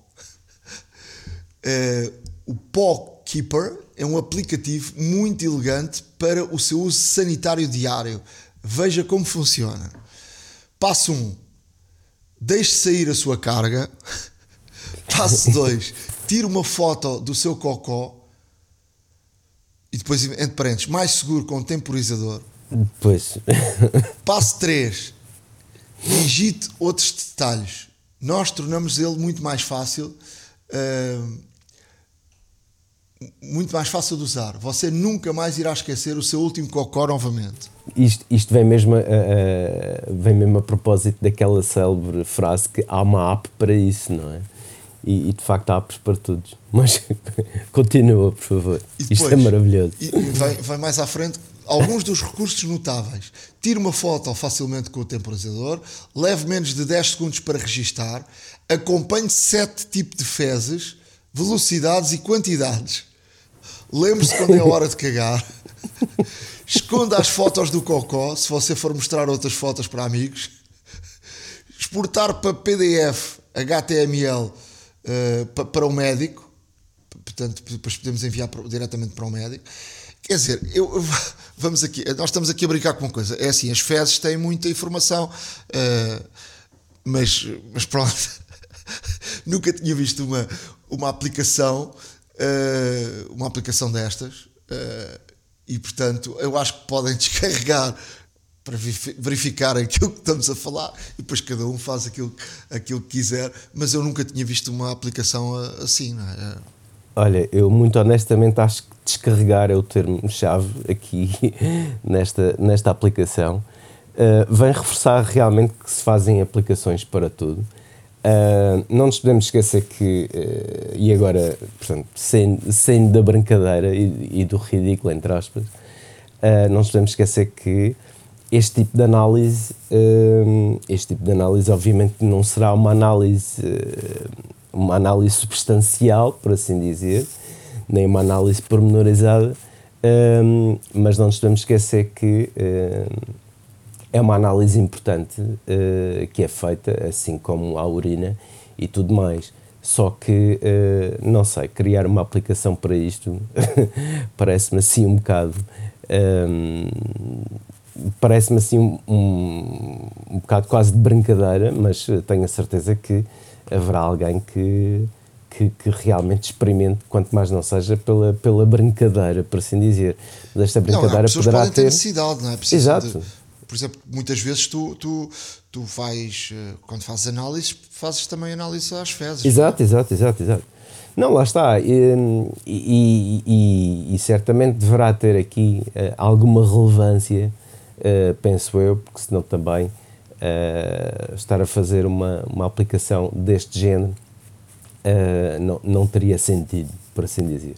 Uh, o Paw Keeper é um aplicativo muito elegante para o seu uso sanitário diário. Veja como funciona. Passo um: deixe sair a sua carga. Passo dois: tire uma foto do seu cocó, e depois, entre parênteses, mais seguro com temporizador. Pois. Passo três: digite outros detalhes. Nós tornamos ele muito mais fácil, uh, muito mais fácil de usar. Você nunca mais irá esquecer o seu último cocó novamente. Isto, isto vem, mesmo a, a, vem mesmo a propósito daquela célebre frase que há uma app para isso, não é? E, e de facto há apps para todos. Mas continua, por favor. Depois, isto é maravilhoso. E vai, vai mais à frente. Alguns dos recursos notáveis: tire uma foto facilmente com o temporizador, leve menos de dez segundos para registar, acompanhe sete tipos de fezes, velocidades e quantidades, lembre-se quando é a hora de cagar, esconda as fotos do cocó se você for mostrar outras fotos para amigos, exportar para P D F, H T M L uh, para, para o médico, portanto depois podemos enviar para, diretamente para o médico. Quer dizer, eu, vamos aqui, nós estamos aqui a brincar com uma coisa. É assim, as fezes têm muita informação, uh, mas, mas pronto, nunca tinha visto uma, uma aplicação, uh, uma aplicação destas, uh, e portanto eu acho que podem descarregar para verificarem aquilo que estamos a falar, e depois cada um faz aquilo, aquilo que quiser, mas eu nunca tinha visto uma aplicação assim, não é? Olha, eu muito honestamente acho que descarregar é o termo-chave aqui nesta, nesta aplicação. Uh, vem reforçar realmente que se fazem aplicações para tudo. Uh, não nos podemos esquecer que, uh, e agora, portanto, sem, sem da brincadeira e, e do ridículo, entre aspas, uh, não nos podemos esquecer que este tipo de análise, uh, este tipo de análise obviamente não será uma análise... Uh, uma análise substancial, por assim dizer, nem uma análise pormenorizada, um, mas não nos podemos esquecer que um, é uma análise importante uh, que é feita, assim como a urina e tudo mais. Só que, uh, não sei, criar uma aplicação para isto parece-me assim um bocado... Um, parece-me assim um, um, um bocado quase de brincadeira, mas tenho a certeza que haverá alguém que, que, que realmente experimente, quanto mais não seja pela, pela brincadeira, por assim dizer. Desta brincadeira não, não, poderá podem ter... ter necessidade, não é? Preciso Exato. De, por exemplo, muitas vezes tu, tu, tu vais, quando fazes análises, fazes também análise às fezes. Exato, exato, exato, exato. Não, lá está. E, e, e, e certamente deverá ter aqui uh, alguma relevância, uh, penso eu, porque senão também... Uh, estar a fazer uma, uma aplicação deste género uh, não, não teria sentido, por assim dizer.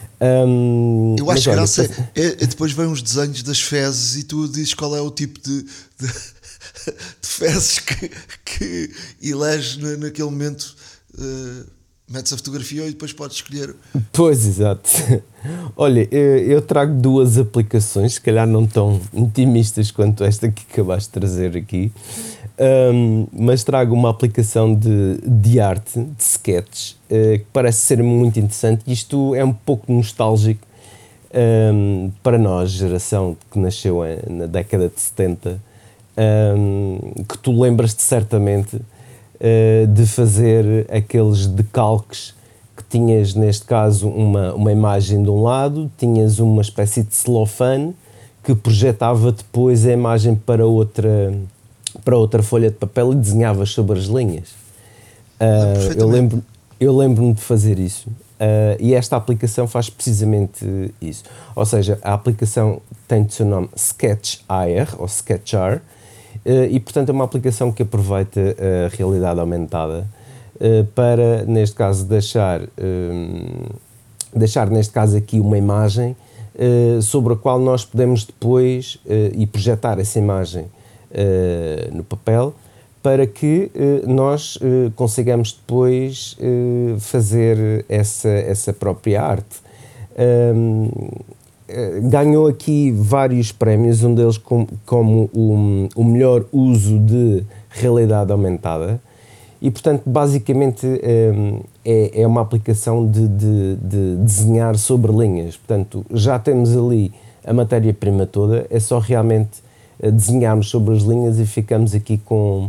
Um, Eu acho que olha, graça depois... é, é depois vêm os desenhos das fezes e tu dizes qual é o tipo de, de, de fezes que, que eleges na, naquele momento. Uh, metes a fotografia e depois podes escolher. Pois, exato. Olha, eu trago duas aplicações, se calhar não tão intimistas quanto esta que acabaste de trazer aqui, um, mas trago uma aplicação de, de arte, de sketches, uh, que parece ser muito interessante. Isto é um pouco nostálgico um, para nós, geração que nasceu na década de setenta, um, que tu lembras-te certamente uh, de fazer aqueles decalques que tinhas, neste caso, uma, uma imagem de um lado, tinhas uma espécie de celofane que projetava depois a imagem para outra, para outra folha de papel e desenhavas sobre as linhas. Uh, eu lembro, eu lembro-me de fazer isso. Uh, e esta aplicação faz precisamente isso. Ou seja, a aplicação tem o seu nome Sketch-A R, ou Sketch-A R, uh, e portanto é uma aplicação que aproveita a realidade aumentada uh, para, neste caso, deixar, um, deixar, neste caso aqui, uma imagem uh, sobre a qual nós podemos depois, uh, e projetar essa imagem uh, no papel, para que eh, nós eh, consigamos depois eh, fazer essa, essa própria arte. Um, eh, ganhou aqui vários prémios, um deles com, como o, o melhor uso de realidade aumentada, e portanto basicamente um, é, é uma aplicação de, de, de desenhar sobre linhas. Portanto, já temos ali a matéria-prima toda, é só realmente desenharmos sobre as linhas e ficamos aqui com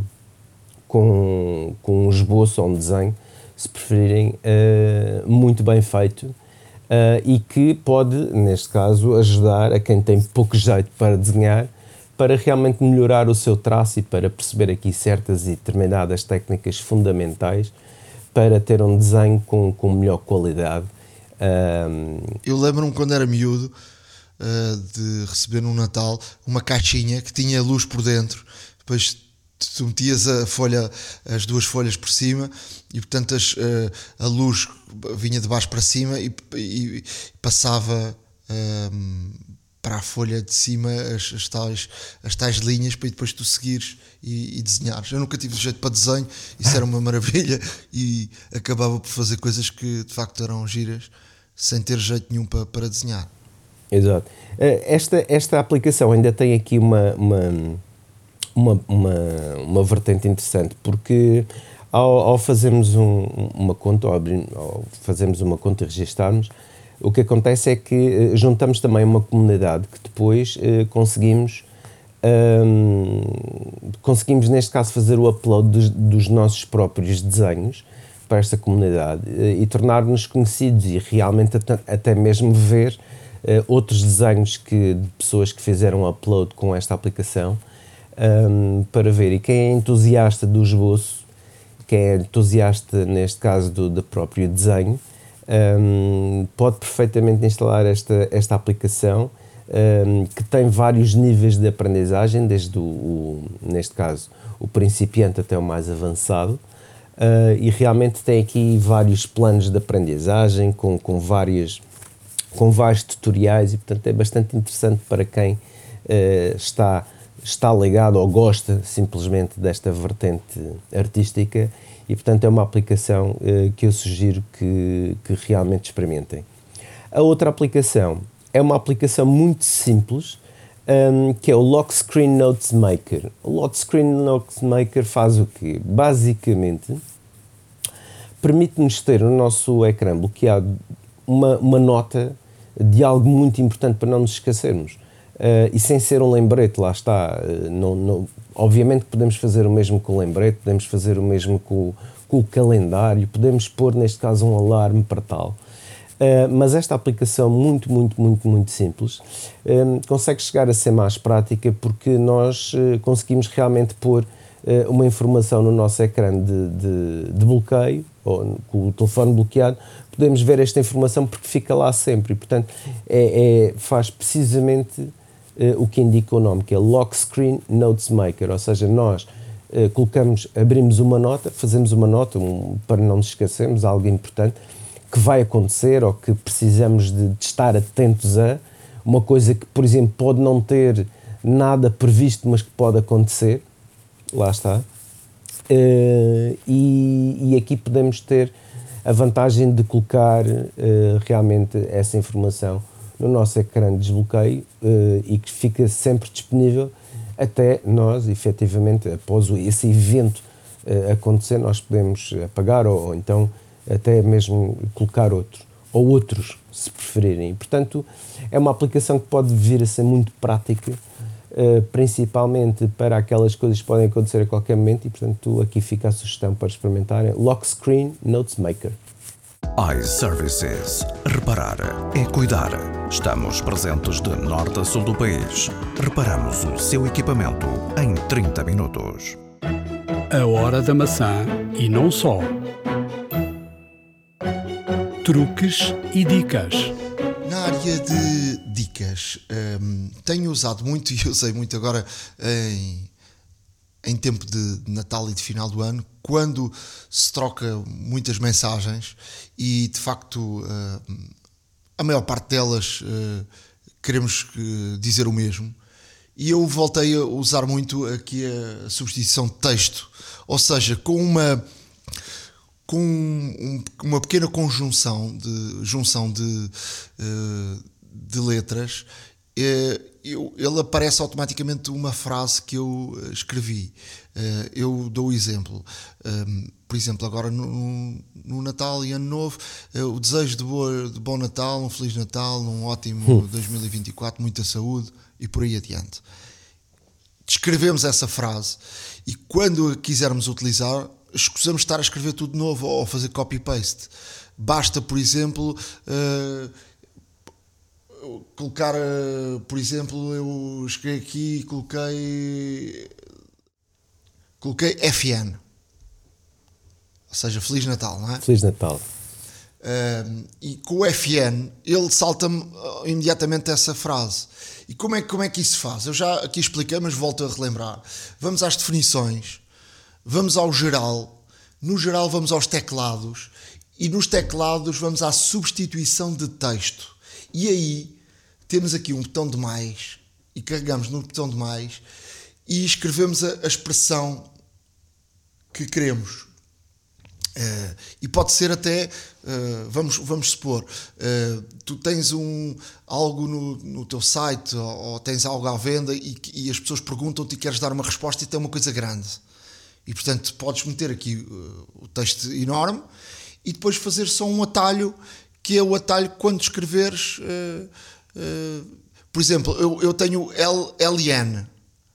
Com, com um esboço ou um desenho, se preferirem, uh, muito bem feito, uh, e que pode, neste caso, ajudar a quem tem pouco jeito para desenhar, para realmente melhorar o seu traço e para perceber aqui certas e determinadas técnicas fundamentais para ter um desenho com, com melhor qualidade. Um, Eu lembro-me quando era miúdo uh, de receber no Natal uma caixinha que tinha luz por dentro, depois tu metias a folha, as duas folhas por cima e portanto as, uh, a luz vinha de baixo para cima e, e, e passava um, para a folha de cima as, as, tais, as tais linhas para depois tu seguires e, e desenhares. Eu nunca tive jeito para desenho, isso era uma maravilha e acabava por fazer coisas que de facto eram giras sem ter jeito nenhum para, para desenhar. Exato. Esta, esta aplicação ainda tem aqui uma... uma... Uma, uma, uma vertente interessante, porque ao, ao fazermos um, uma conta, ao, abrir, ao fazermos uma conta e registarmos, o que acontece é que uh, juntamos também uma comunidade que depois uh, conseguimos, um, conseguimos, neste caso, fazer o upload dos, dos nossos próprios desenhos para esta comunidade uh, e tornar-nos conhecidos e realmente até, até mesmo ver uh, outros desenhos que, de pessoas que fizeram upload com esta aplicação. Um, para ver, e quem é entusiasta do esboço, quem é entusiasta neste caso do, do próprio desenho, um, pode perfeitamente instalar esta, esta aplicação, um, que tem vários níveis de aprendizagem, desde o, o neste caso o principiante até o mais avançado, uh, e realmente tem aqui vários planos de aprendizagem com, com, várias, com vários tutoriais, e portanto é bastante interessante para quem uh, está está ligado ou gosta simplesmente desta vertente artística, e portanto é uma aplicação eh, que eu sugiro que, que realmente experimentem. A outra aplicação é uma aplicação muito simples, um, que é o Lock Screen Notes Maker. O Lock Screen Notes Maker faz o quê? Basicamente permite-nos ter no nosso ecrã bloqueado uma, uma nota de algo muito importante para não nos esquecermos. Uh, e sem ser um lembrete, lá está, uh, não, não, obviamente podemos fazer o mesmo com o lembrete, podemos fazer o mesmo com, com o calendário, podemos pôr neste caso um alarme para tal, uh, mas esta aplicação muito, muito, muito, muito simples uh, consegue chegar a ser mais prática, porque nós uh, conseguimos realmente pôr uh, uma informação no nosso ecrã de, de, de bloqueio, ou com o telefone bloqueado, podemos ver esta informação porque fica lá sempre, e portanto é, é, faz precisamente Uh, o que indica o nome, que é Lock Screen Notes Maker, ou seja, nós uh, colocamos, abrimos uma nota, fazemos uma nota um, para não nos esquecermos algo importante que vai acontecer ou que precisamos de, de estar atentos a, uma coisa que, por exemplo, pode não ter nada previsto, mas que pode acontecer, lá está, uh, e, e aqui podemos ter a vantagem de colocar uh, realmente essa informação no nosso ecrã de desbloqueio uh, e que fica sempre disponível até nós, efetivamente, após esse evento uh, acontecer, nós podemos apagar ou, ou então até mesmo colocar outro, ou outros, se preferirem. Portanto, é uma aplicação que pode vir a ser muito prática uh, principalmente para aquelas coisas que podem acontecer a qualquer momento, e portanto aqui fica a sugestão para experimentarem. Lock Screen Notes Maker. iServices. Reparar é cuidar. Estamos presentes de norte a sul do país. Reparamos o seu equipamento em trinta minutos. A hora da maçã e não só. Truques e dicas. Na área de dicas, hum, tenho usado muito e usei muito agora em, em tempo de Natal e de final do ano, quando se troca muitas mensagens e de facto hum, a maior parte delas hum, queremos dizer o mesmo, e eu voltei a usar muito aqui a substituição de texto, ou seja, com uma com um, uma pequena conjunção de junção de, de letras, eu, ele aparece automaticamente uma frase que eu escrevi. Eu dou o exemplo, por exemplo, agora no, no Natal e Ano Novo, o desejo de, boa, de bom Natal, um Feliz Natal, um ótimo dois mil e vinte e quatro, muita saúde e por aí adiante. Descrevemos essa frase e quando a quisermos utilizar, escusamos de estar a escrever tudo de novo ou fazer copy-paste. Basta, por exemplo, uh, colocar, uh, por exemplo, eu escrevi aqui e coloquei, coloquei F N. Ou seja, Feliz Natal, não é? Feliz Natal. Uh, e com o F N, ele salta-me imediatamente essa frase. E como é, como é que isso se faz? Eu já aqui expliquei, mas volto a relembrar. Vamos às definições. Vamos ao geral, no geral vamos aos teclados e nos teclados vamos à substituição de texto. E aí temos aqui um botão de mais e carregamos no botão de mais e escrevemos a, a expressão que queremos. Uh, e pode ser até, uh, vamos, vamos supor, uh, tu tens um, algo no, no teu site ou, ou tens algo à venda e, e as pessoas perguntam-te e queres dar uma resposta e tem uma coisa grande. E, portanto, podes meter aqui uh, o texto enorme e depois fazer só um atalho, que é o atalho quando escreveres. Uh, uh, por exemplo, eu, eu tenho L L N,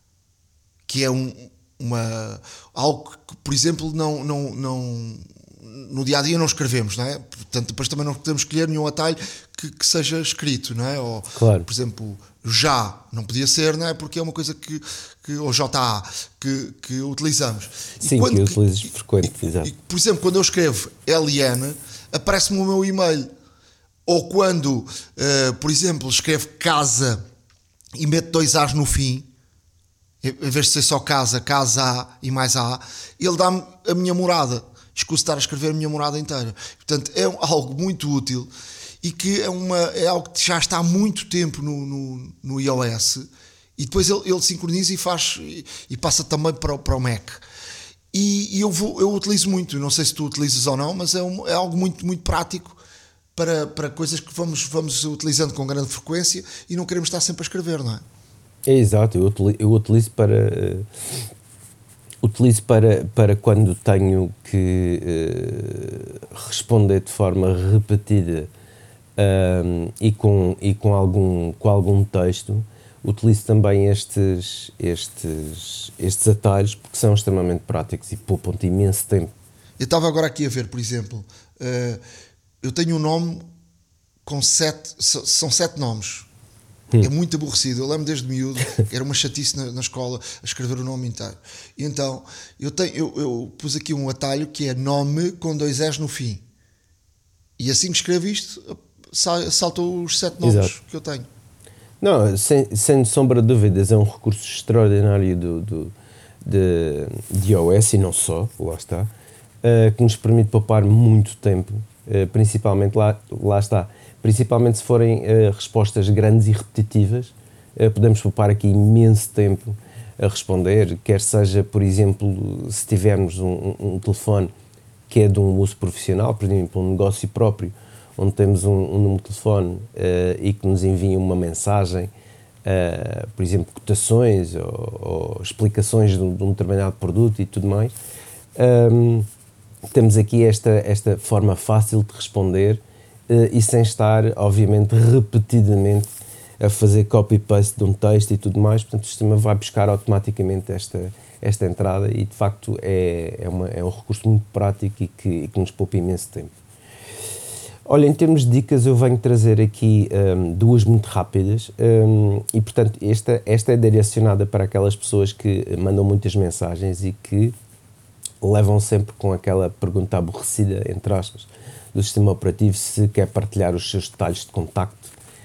que é um, uma, algo que, por exemplo, não, não, não, no dia-a-dia não escrevemos, não é? Portanto, depois também não podemos escolher nenhum atalho que, que seja escrito, não é? Ou, claro. Por exemplo, já não podia ser, não é? Porque é uma coisa que, que ou J A que, que utilizamos. Sim, e quando, que utilizas frequente, e, exato. E, por exemplo, quando eu escrevo L N, aparece-me o meu e-mail. Ou quando, uh, por exemplo, escrevo casa e meto dois A's no fim, em vez de ser só casa, casa A e mais A, ele dá-me a minha morada. Escuso estar a escrever a minha morada inteira. Portanto, é algo muito útil e que é, uma, é algo que já está há muito tempo no, no, no iOS e depois ele, ele sincroniza e faz e, e passa também para, para o Mac. E, e eu, vou, eu utilizo muito, não sei se tu utilizas ou não, mas é, um, é algo muito, muito prático para, para coisas que vamos, vamos utilizando com grande frequência e não queremos estar sempre a escrever, não é? É exato, eu utilizo, eu utilizo para uh, utilizo para, para quando tenho que uh, responder de forma repetida um, e, com, e com, algum, com algum texto. Utilizo também estes, estes, estes atalhos porque são extremamente práticos e poupam-te imenso tempo. Eu estava agora aqui a ver, por exemplo, uh, eu tenho um nome com sete, são sete nomes. Hum. É muito aborrecido. Eu lembro desde miúdo, era uma chatice na, na escola a escrever o nome inteiro. E então, eu, tenho, eu, eu pus aqui um atalho que é nome com dois S no fim. E assim que escrevo isto, saltam os sete nomes. Exato. Que eu tenho. Não, sem, sem sombra de dúvidas, é um recurso extraordinário do, do, de, de iOS e não só, lá está, uh, que nos permite poupar muito tempo, uh, principalmente, lá, lá está, principalmente se forem uh, respostas grandes e repetitivas, uh, podemos poupar aqui imenso tempo a responder, quer seja, por exemplo, se tivermos um, um, um telefone que é de um uso profissional, por exemplo, um negócio próprio, onde temos um, um número de telefone uh, e que nos envia uma mensagem, uh, por exemplo, cotações ou, ou explicações de um, de um determinado produto e tudo mais. Um, temos aqui esta, esta forma fácil de responder uh, e sem estar, obviamente, repetidamente a fazer copy-paste de um texto e tudo mais, portanto o sistema vai buscar automaticamente esta, esta entrada e de facto é, é, uma, é um recurso muito prático e que, e que nos poupa imenso tempo. Olha, em termos de dicas eu venho trazer aqui um, duas muito rápidas um, e portanto esta, esta é direcionada para aquelas pessoas que mandam muitas mensagens e que levam sempre com aquela pergunta aborrecida, entre aspas, do sistema operativo se quer partilhar os seus detalhes de contacto.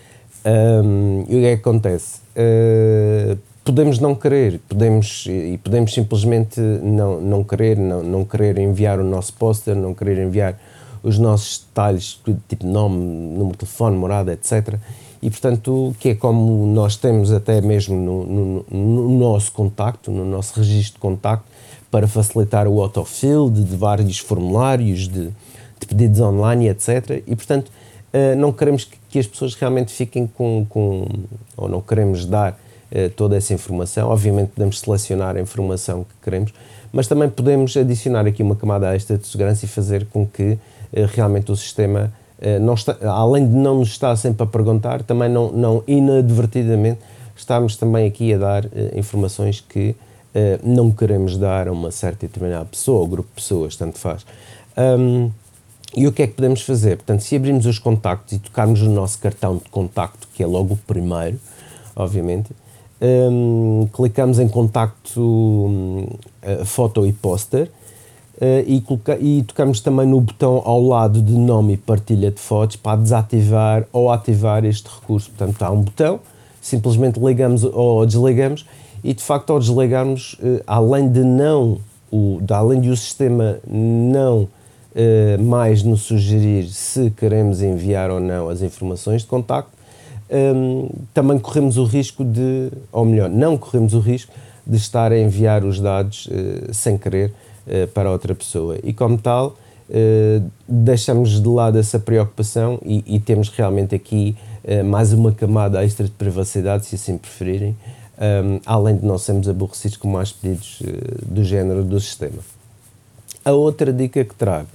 Um, e o que é que acontece? Uh, podemos não querer, podemos, e podemos simplesmente não, não querer, não, não querer enviar o nosso póster, não querer enviar os nossos detalhes, tipo nome, número de telefone, morada, etcétera. E portanto, que é como nós temos até mesmo no, no, no nosso contacto, no nosso registro de contacto, para facilitar o autofill de, de vários formulários, de, de pedidos online, etcétera. E portanto, Uh, não queremos que, que as pessoas realmente fiquem com, com ou não queremos dar uh, toda essa informação. Obviamente podemos selecionar a informação que queremos, mas também podemos adicionar aqui uma camada extra de segurança e fazer com que uh, realmente o sistema, uh, não está, além de não nos estar sempre a perguntar, também não, não inadvertidamente estamos também aqui a dar uh, informações que uh, não queremos dar a uma certa e determinada pessoa ou grupo de pessoas, tanto faz. Um, E o que é que podemos fazer? Portanto, se abrirmos os contactos e tocarmos no nosso cartão de contacto, que é logo o primeiro, obviamente, um, clicamos em contacto, um, foto e póster, uh, e, coloca- e tocamos também no botão ao lado de nome e partilha de fotos para desativar ou ativar este recurso. Portanto, há um botão, simplesmente ligamos ou desligamos, e de facto ao desligarmos, uh, além de não, o, de, além de o sistema não Uh, mais nos sugerir se queremos enviar ou não as informações de contacto, um, também corremos o risco de, ou melhor, não corremos o risco de estar a enviar os dados uh, sem querer uh, para outra pessoa. E como tal, uh, deixamos de lado essa preocupação e, e temos realmente aqui uh, mais uma camada extra de privacidade, se assim preferirem, um, além de não sermos aborrecidos com mais pedidos uh, do género do sistema. A outra dica que trago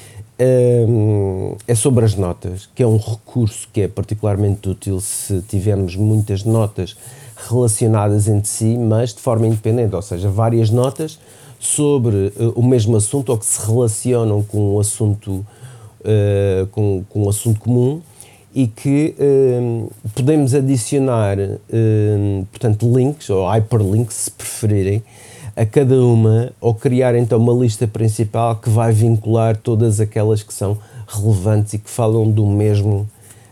Um, é sobre as notas, que é um recurso que é particularmente útil se tivermos muitas notas relacionadas entre si, mas de forma independente, ou seja, várias notas sobre uh, o mesmo assunto ou que se relacionam com um assunto, uh, com, com um assunto comum e que uh, podemos adicionar uh, portanto, links ou hyperlinks, se preferirem, a cada uma, ou criar então uma lista principal que vai vincular todas aquelas que são relevantes e que falam do mesmo,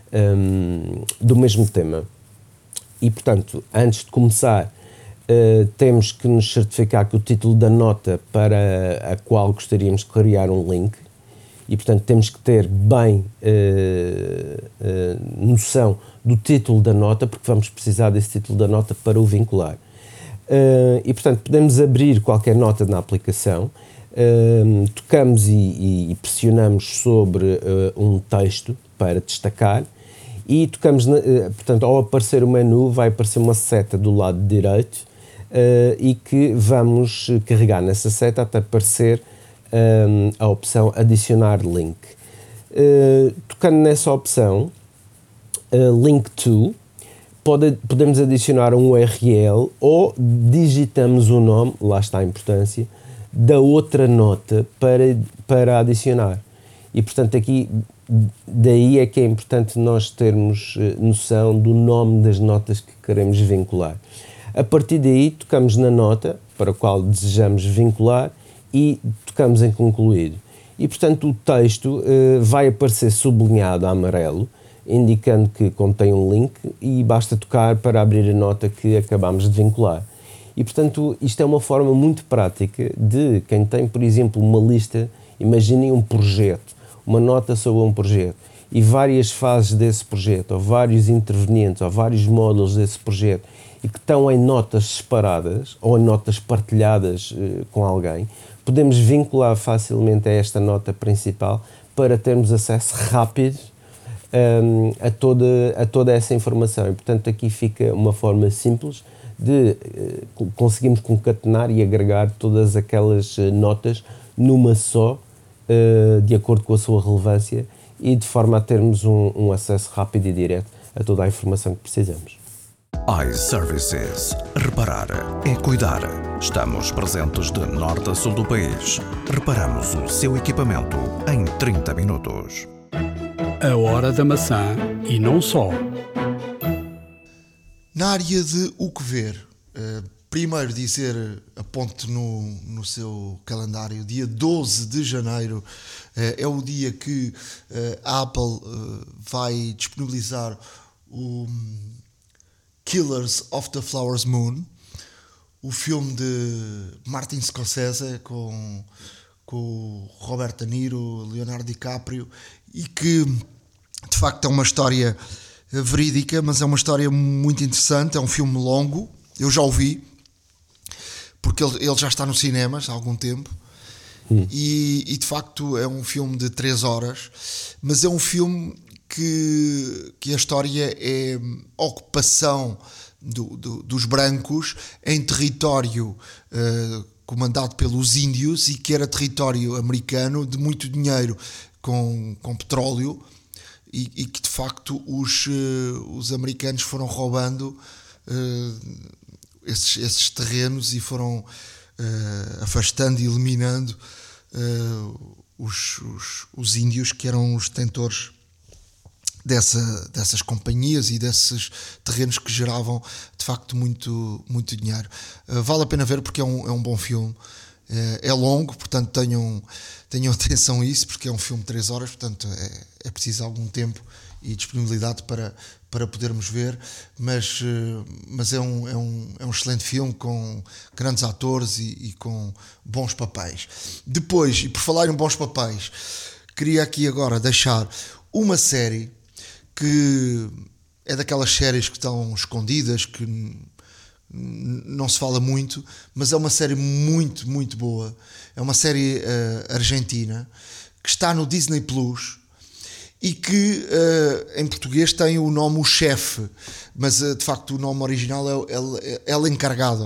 um, do mesmo tema. E portanto, antes de começar, uh, temos que nos certificar que o título da nota para a qual gostaríamos de criar um link, e portanto temos que ter bem uh, uh, noção do título da nota, porque vamos precisar desse título da nota para o vincular. Uh, e portanto podemos abrir qualquer nota na aplicação, uh, tocamos e, e, e pressionamos sobre uh, um texto para destacar e tocamos, na, uh, portanto ao aparecer o menu vai aparecer uma seta do lado direito uh, e que vamos carregar nessa seta até aparecer um, a opção adicionar link. Uh, tocando nessa opção, uh, link to, Pode, podemos adicionar um U R L ou digitamos o nome, lá está a importância, da outra nota para, para adicionar. E, portanto, aqui, daí é que é importante nós termos noção do nome das notas que queremos vincular. A partir daí, tocamos na nota para a qual desejamos vincular e tocamos em concluir. E, portanto, o texto uh, vai aparecer sublinhado a amarelo, indicando que contém um link e basta tocar para abrir a nota que acabamos de vincular. E, portanto, isto é uma forma muito prática de quem tem, por exemplo, uma lista, imaginem um projeto, uma nota sobre um projeto e várias fases desse projeto, ou vários intervenientes, ou vários módulos desse projeto e que estão em notas separadas ou em notas partilhadas uh, com alguém, podemos vincular facilmente a esta nota principal para termos acesso rápido Um, a, toda, a toda essa informação. E, portanto, aqui fica uma forma simples de uh, conseguirmos concatenar e agregar todas aquelas uh, notas numa só, uh, de acordo com a sua relevância e de forma a termos um, um acesso rápido e direto a toda a informação que precisamos. iServices. Reparar é cuidar. Estamos presentes de norte a sul do país. Reparamos o seu equipamento em trinta minutos. A hora da maçã e não só. Na área de o que ver, uh, primeiro dizer, aponte no, no seu calendário, dia doze de janeiro uh, é o dia que uh, a Apple uh, vai disponibilizar o Killers of the Flower Moon, o filme de Martin Scorsese com, com o Robert De Niro, Leonardo DiCaprio, e que de facto é uma história verídica, mas é uma história muito interessante. É um filme longo, eu já o vi, porque ele, ele já está nos cinemas há algum tempo. hum. e, e de facto é um filme de três horas, mas é um filme que, que a história é a ocupação do, do, dos brancos em território uh, comandado pelos índios, e que era território americano de muito dinheiro com, com petróleo, e, e que de facto os, uh, os americanos foram roubando uh, esses, esses terrenos e foram uh, afastando e eliminando uh, os, os, os índios, que eram os detentores dessa, dessas companhias e desses terrenos que geravam de facto muito, muito dinheiro. Uh, vale a pena ver, porque é um, é um bom filme. Uh, é longo, portanto tenham, tenham atenção a isso, porque é um filme de três horas, portanto é, é preciso algum tempo e disponibilidade para, para podermos ver, mas, uh, mas é, um, é, um, é um excelente filme com grandes atores e, e com bons papéis. Depois, e por falar em bons papéis, queria aqui agora deixar uma série que é daquelas séries que estão escondidas, que não se fala muito, mas é uma série muito, muito boa. É uma série uh, argentina que está no Disney Plus e que uh, em português tem o nome O Chefe, mas uh, de facto o nome original é El, El Encargado.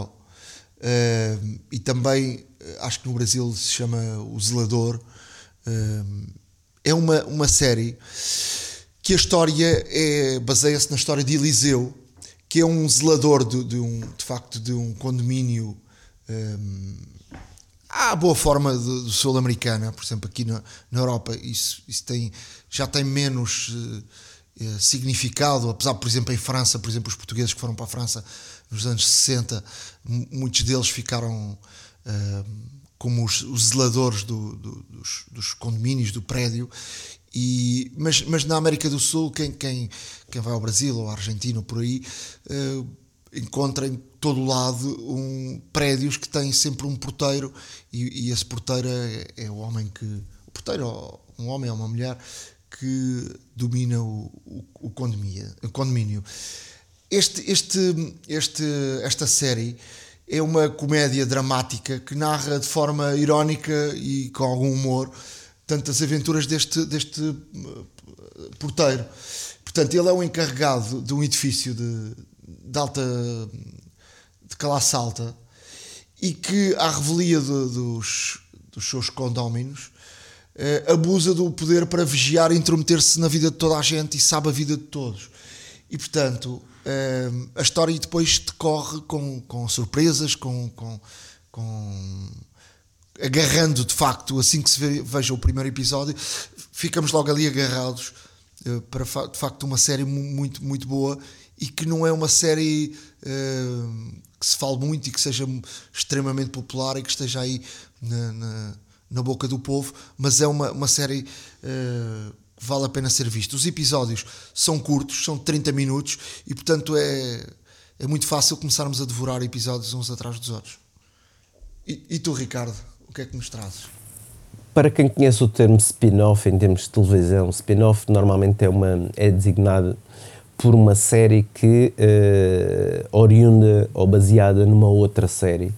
Uh, e também uh, acho que no Brasil se chama O Zelador. Uh, é uma, uma série que a história é, baseia-se na história de Eliseu, que é um zelador de, de, um, de facto de um condomínio um, à boa forma do, do sul-americana. Por exemplo, aqui na, na Europa isso, isso tem, já tem menos uh, significado, apesar, por exemplo, em França, por exemplo, os portugueses que foram para a França nos anos sessenta, muitos deles ficaram uh, como os, os zeladores do, do, dos, dos condomínios, do prédio. E, mas, mas na América do Sul, quem, quem, quem vai ao Brasil ou à Argentina ou por aí, uh, encontra em todo o lado um, prédios que têm sempre um porteiro, e, e esse porteiro é, é o homem que... O porteiro, um homem ou uma mulher que domina o, o, o, condomínio, o condomínio. Este, este, este, esta série é uma comédia dramática que narra de forma irónica e com algum humor tantas aventuras deste, deste porteiro. Portanto, ele é o encarregado de um edifício de, de alta, de classe alta, e que, à revelia de, dos, dos seus condóminos, eh, abusa do poder para vigiar e intrometer-se na vida de toda a gente, e sabe a vida de todos. E, portanto, eh, a história depois decorre com, com surpresas, com... com, com agarrando de facto, assim que se vê, veja o primeiro episódio, ficamos logo ali agarrados uh, para de facto uma série muito, muito boa, e que não é uma série uh, que se fale muito e que seja extremamente popular e que esteja aí na, na, na boca do povo, mas é uma, uma série uh, que vale a pena ser vista. Os episódios são curtos, são trinta minutos, e portanto é, é muito fácil começarmos a devorar episódios uns atrás dos outros. E, e tu, Ricardo? O que é que nos trazes? Para quem conhece o termo spin-off em termos de televisão, spin-off normalmente é, uma, é designado por uma série que uh, oriunda ou baseada numa outra série.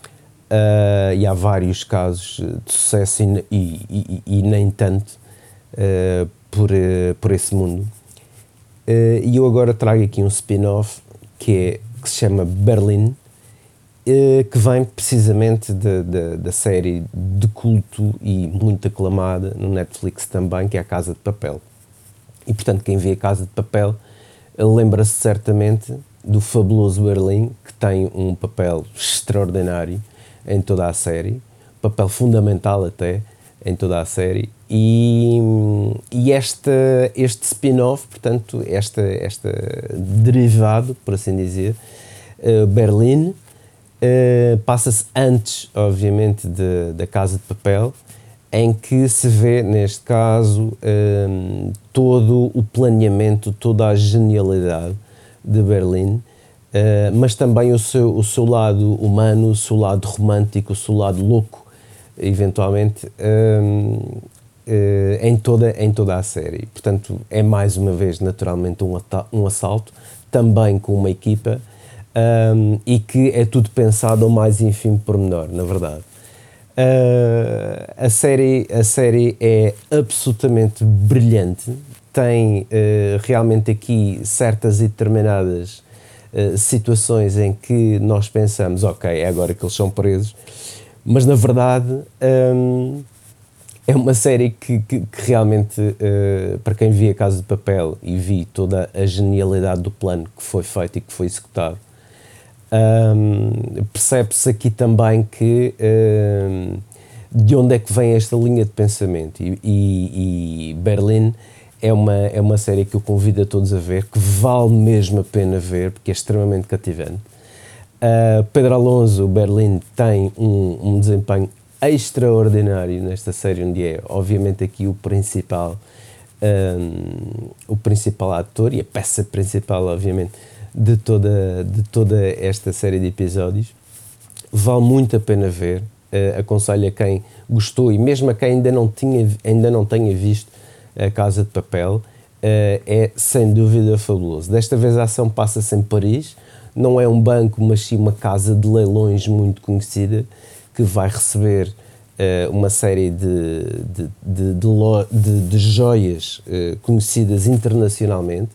Uh, e há vários casos de sucesso e, e, e, e nem tanto uh, por, uh, por esse mundo. Uh, e eu agora trago aqui um spin-off que, é, que se chama Berlim, que vem precisamente da, da, da série de culto e muito aclamada no Netflix também, que é a Casa de Papel. E portanto, quem vê a Casa de Papel lembra-se certamente do fabuloso Berlim, que tem um papel extraordinário em toda a série, papel fundamental até em toda a série, e, e esta, este spin-off, portanto, esta, esta derivado, por assim dizer, uh, Berlim, uh, passa-se antes, obviamente, de, da Casa de Papel, em que se vê, neste caso, um, todo o planeamento, toda a genialidade de Berlim, uh, mas também o seu, o seu lado humano, o seu lado romântico, o seu lado louco, eventualmente, um, uh, em, toda, em toda a série. Portanto, é mais uma vez, naturalmente, um, um assalto, também com uma equipa, um, e que é tudo pensado ao mais ínfimo pormenor, na verdade. Uh, a, série, a série é absolutamente brilhante, tem uh, realmente aqui certas e determinadas uh, situações em que nós pensamos, ok, é agora que eles são presos, mas na verdade um, é uma série que, que, que realmente, uh, para quem via Casa de Papel e vi toda a genialidade do plano que foi feito e que foi executado, Um, percebe-se aqui também que um, de onde é que vem esta linha de pensamento, e, e, e Berlim é uma, é uma série que eu convido a todos a ver, que vale mesmo a pena ver, porque é extremamente cativante. uh, Pedro Alonso, Berlim, tem um, um desempenho extraordinário nesta série, onde é obviamente aqui o principal um, o principal ator e a peça principal, obviamente, de toda, de toda esta série de episódios. Vale muito a pena ver, uh, aconselho a quem gostou e mesmo a quem ainda não, tinha, ainda não tenha visto a Casa de Papel, uh, é sem dúvida fabuloso. Desta vez a ação passa-se em Paris, não é um banco, mas sim uma casa de leilões muito conhecida, que vai receber uh, uma série de, de, de, de, lo, de, de joias uh, conhecidas internacionalmente,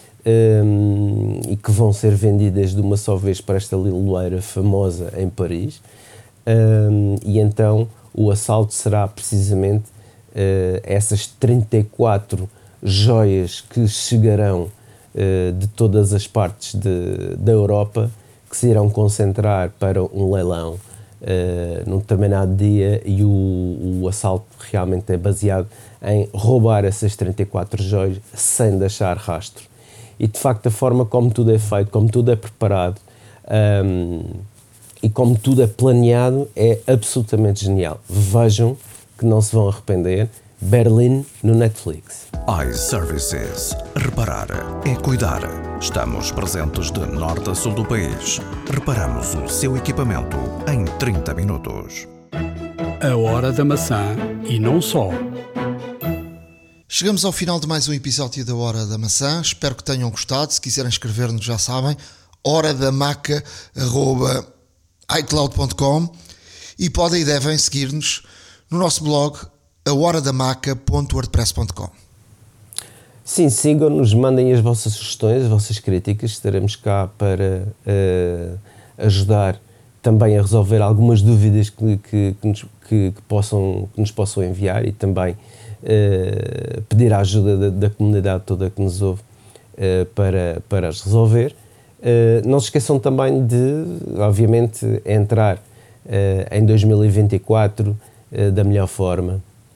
Um, e que vão ser vendidas de uma só vez para esta leiloeira famosa em Paris, um, e então o assalto será precisamente uh, essas trinta e quatro joias que chegarão uh, de todas as partes de, da Europa, que se irão concentrar para um leilão uh, num determinado dia, e o, o assalto realmente é baseado em roubar essas trinta e quatro joias sem deixar rastro. E de facto a forma como tudo é feito, como tudo é preparado, um, e como tudo é planeado é absolutamente genial. Vejam que não se vão arrepender. Berlim no Netflix. iServices. Reparar é cuidar. Estamos presentes de norte a sul do país. Reparamos o seu equipamento em trinta minutos. A Hora da Maçã e não só. Chegamos ao final de mais um episódio da Hora da Maçã. Espero que tenham gostado. Se quiserem escrever-nos, já sabem, horadamaca arroba icloud ponto com, e podem e devem seguir-nos no nosso blog a horadamaca ponto wordpress ponto com. Sim, sigam-nos, mandem as vossas sugestões, as vossas críticas. Estaremos cá para uh, ajudar também a resolver algumas dúvidas que, que, que, nos, que, que, possam, que nos possam enviar, e também Uh, pedir a ajuda da, da comunidade toda que nos ouve uh, para, para as resolver. Uh, não se esqueçam também de, obviamente, entrar uh, em dois mil e vinte e quatro uh, da melhor forma,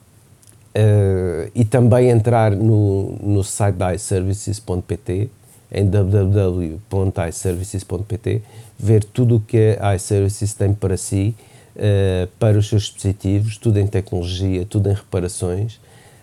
uh, e também entrar no, no site da iServices ponto pt, em w w w ponto iservices ponto pt, ver tudo o que a iServices tem para si, uh, para os seus dispositivos, tudo em tecnologia, tudo em reparações.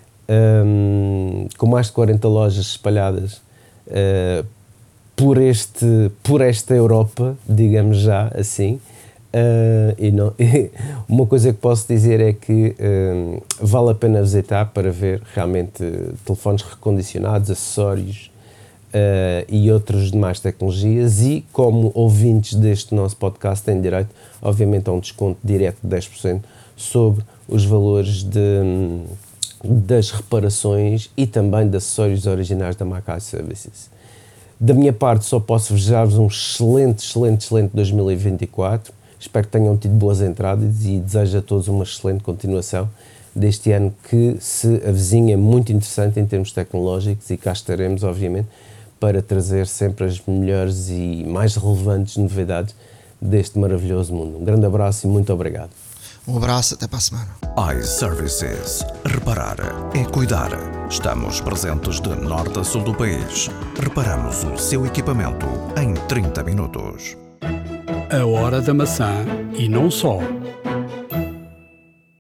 Um, com mais de quarenta lojas espalhadas uh, por, este, por esta Europa, digamos já assim, uh, e não, uma coisa que posso dizer é que um, vale a pena visitar para ver realmente telefones recondicionados, acessórios uh, e outras demais tecnologias, e como ouvintes deste nosso podcast têm direito, obviamente, a um desconto direto de dez por cento sobre os valores de... Um, das reparações e também de acessórios originais da marca iServices. Da minha parte, só posso desejar-vos um excelente, excelente, excelente dois mil e vinte e quatro. Espero que tenham tido boas entradas e desejo a todos uma excelente continuação deste ano, que se avizinha muito interessante em termos tecnológicos, e cá estaremos, obviamente, para trazer sempre as melhores e mais relevantes novidades deste maravilhoso mundo. Um grande abraço e muito obrigado. Um abraço, até para a semana. iServices. Reparar é cuidar. Estamos presentes de norte a sul do país. Reparamos o seu equipamento em trinta minutos. A hora da maçã e não só.